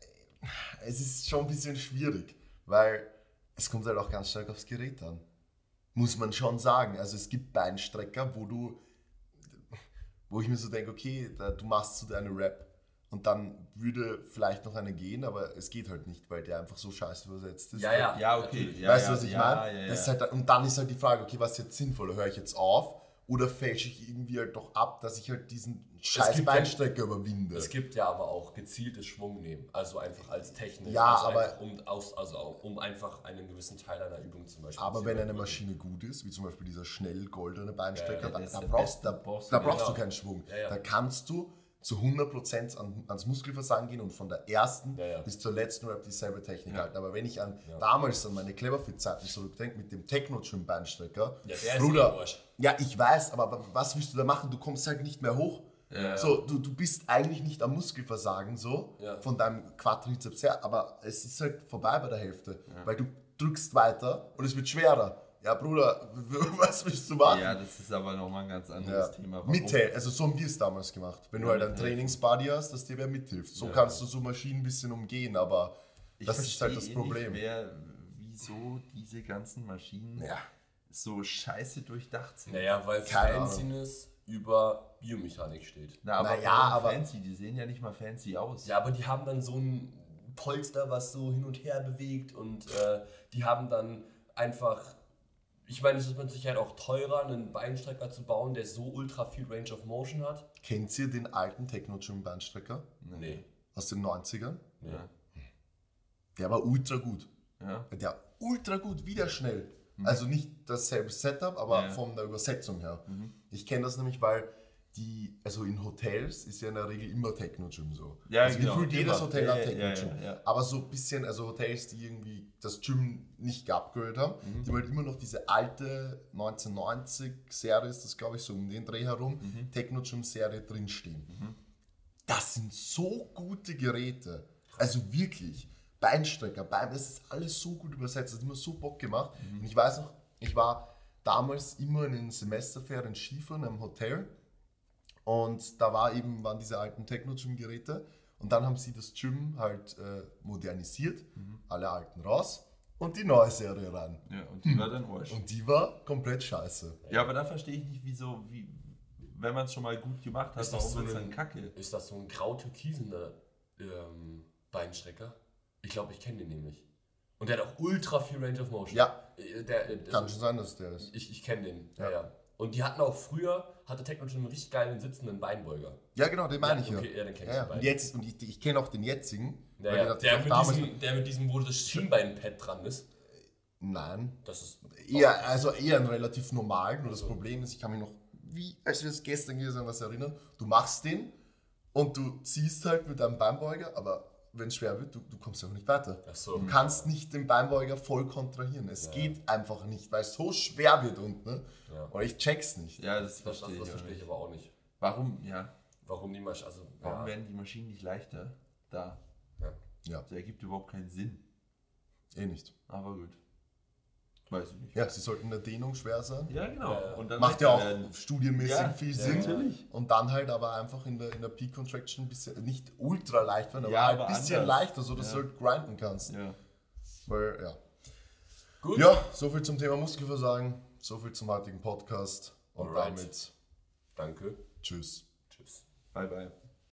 es ist schon ein bisschen schwierig, weil es kommt halt auch ganz stark aufs Gerät an. Muss man schon sagen. Also es gibt Beinstrecker, wo ich mir so denke, okay, du machst so deine Rep und dann würde vielleicht noch eine gehen, aber es geht halt nicht, weil der einfach so scheiße übersetzt ist. Ja, okay. Weißt du, was ich meine? Halt, und dann ist halt die Frage, okay, was ist jetzt sinnvoller? Höre ich jetzt auf? Oder fälsche ich irgendwie halt doch ab, dass ich halt diesen scheiß Beinstrecker überwinde? Es gibt ja aber auch gezieltes Schwungnehmen, also einfach als Technik. Ja, also aber... um einfach einen gewissen Teil einer Übung zum Beispiel aber wenn eine Maschine gut ist, wie zum Beispiel dieser schnell goldene Beinstrecker, da brauchst du keinen Schwung. Da kannst du zu 100% ans Muskelversagen gehen und von der ersten bis zur letzten Rep dieselbe Technik halten. Aber wenn ich damals an meine Cleverfit-Zeiten zurückdenke, mit dem Techno-Trim-Beinstrecker, Bruder, ich weiß, aber was willst du da machen? Du kommst halt nicht mehr hoch. So, du bist eigentlich nicht am Muskelversagen von deinem Quadrizeps her, aber es ist halt vorbei bei der Hälfte, weil du drückst weiter und es wird schwerer. Ja, Bruder, was willst du machen? Ja, das ist aber nochmal ein ganz anderes Thema. Also so haben wir es damals gemacht. Wenn du halt einen Trainingsbuddy hast, dass dir wer mithilft. So kannst du so Maschinen ein bisschen umgehen, aber das ist halt das Problem. Wieso diese ganzen Maschinen so scheiße durchdacht sind. Naja, weil Fanciness über Biomechanik steht. Aber fancy, die sehen ja nicht mal fancy aus. Ja, aber die haben dann so ein Polster, was so hin und her bewegt und die haben dann einfach Ich meine, es ist mit Sicherheit auch teurer, einen Beinstrecker zu bauen, der so ultra viel Range of Motion hat. Kennt ihr den alten Techno-Gym-Beinstrecker Nee. aus den 90ern? Ja. Der war ultra gut. Ja. Der war ultra gut, wieder schnell. Also nicht dasselbe Setup, aber Ja. von der Übersetzung her. Ich kenne das nämlich, weil also in Hotels ist ja in der Regel immer Techno-Gym so. Ja, also genau, gefühlt jedes immer. Hotel Ja, hat ja, Techno-Gym. ja. Aber so ein bisschen, also Hotels, die irgendwie das Gym nicht geupgradet haben, die halt immer noch diese alte 1990-Serie, ist das glaube ich so um den Dreh herum, Techno-Gym-Serie drinstehen. Das sind so gute Geräte. Also wirklich. Beinstrecker, das ist alles so gut übersetzt, das hat immer so Bock gemacht. Und ich weiß noch, ich war damals immer in den Semesterferien Skifahren im Hotel und da waren diese alten Techno-Gym-Geräte und dann haben sie das Gym halt modernisiert, alle alten raus und die neue Serie rein. Ja, und die war dann Arsch. Und die war komplett scheiße. Ja, aber da verstehe ich nicht, wenn man es schon mal gut gemacht hat, Ist das warum so wird es ein- dann kacke? Ist das so ein grau-türkisener Beinstrecker? Ich glaube, ich kenne den nämlich. Und der hat auch ultra viel Range of Motion. Ja. Der Kann schon sein, dass der ist. Ich kenne den, ja. Und die hatten auch hatte Techno-Gym einen richtig geilen sitzenden Beinbeuger. Ja, genau, den meine Ja, ich okay, ja, den kenn ich ja. dabei. Und jetzt, und ich kenne auch den jetzigen. Ja, weil ja. hat Der, auch damals- mit diesem, wo das Schienbeinpad dran ist. Nein. Das ist. Eher einen relativ normalen. Nur das Problem ist, ich kann mich noch, als wir es gestern gesehen haben, was erinnern, du machst den und du ziehst halt mit deinem Beinbeuger, aber wenn es schwer wird, du kommst auch nicht weiter. Ach so. Du kannst nicht den Beinbeuger voll kontrahieren. Es geht einfach nicht, weil es so schwer wird unten. Ne? Ja. Und ich check's nicht. Ja, das Das verstehe ich. auch verstehe ich nicht. aber auch nicht. Warum, ja, Warum die Maschine. Also, warum ja. werden die Maschinen nicht leichter da? Ja, Das ergibt überhaupt keinen Sinn. eh nicht. Aber gut. Weiß ich nicht. Ja, sie sollten in der Dehnung schwer sein. Ja, genau. Ja, ja. Und dann Macht ja auch werden- studienmäßig Ja, viel ja, Sinn. natürlich. Und dann halt aber einfach in der Peak Contraction ein bisschen, nicht ultra leicht werden, aber Ja, halt aber ein bisschen anders. leichter, so dass Ja. du halt grinden kannst. Ja. Weil, ja. Gut. Ja, soviel zum Thema Muskelversagen, soviel zum heutigen Podcast. Und Alright. damit Danke. tschüss. Tschüss. Bye, bye.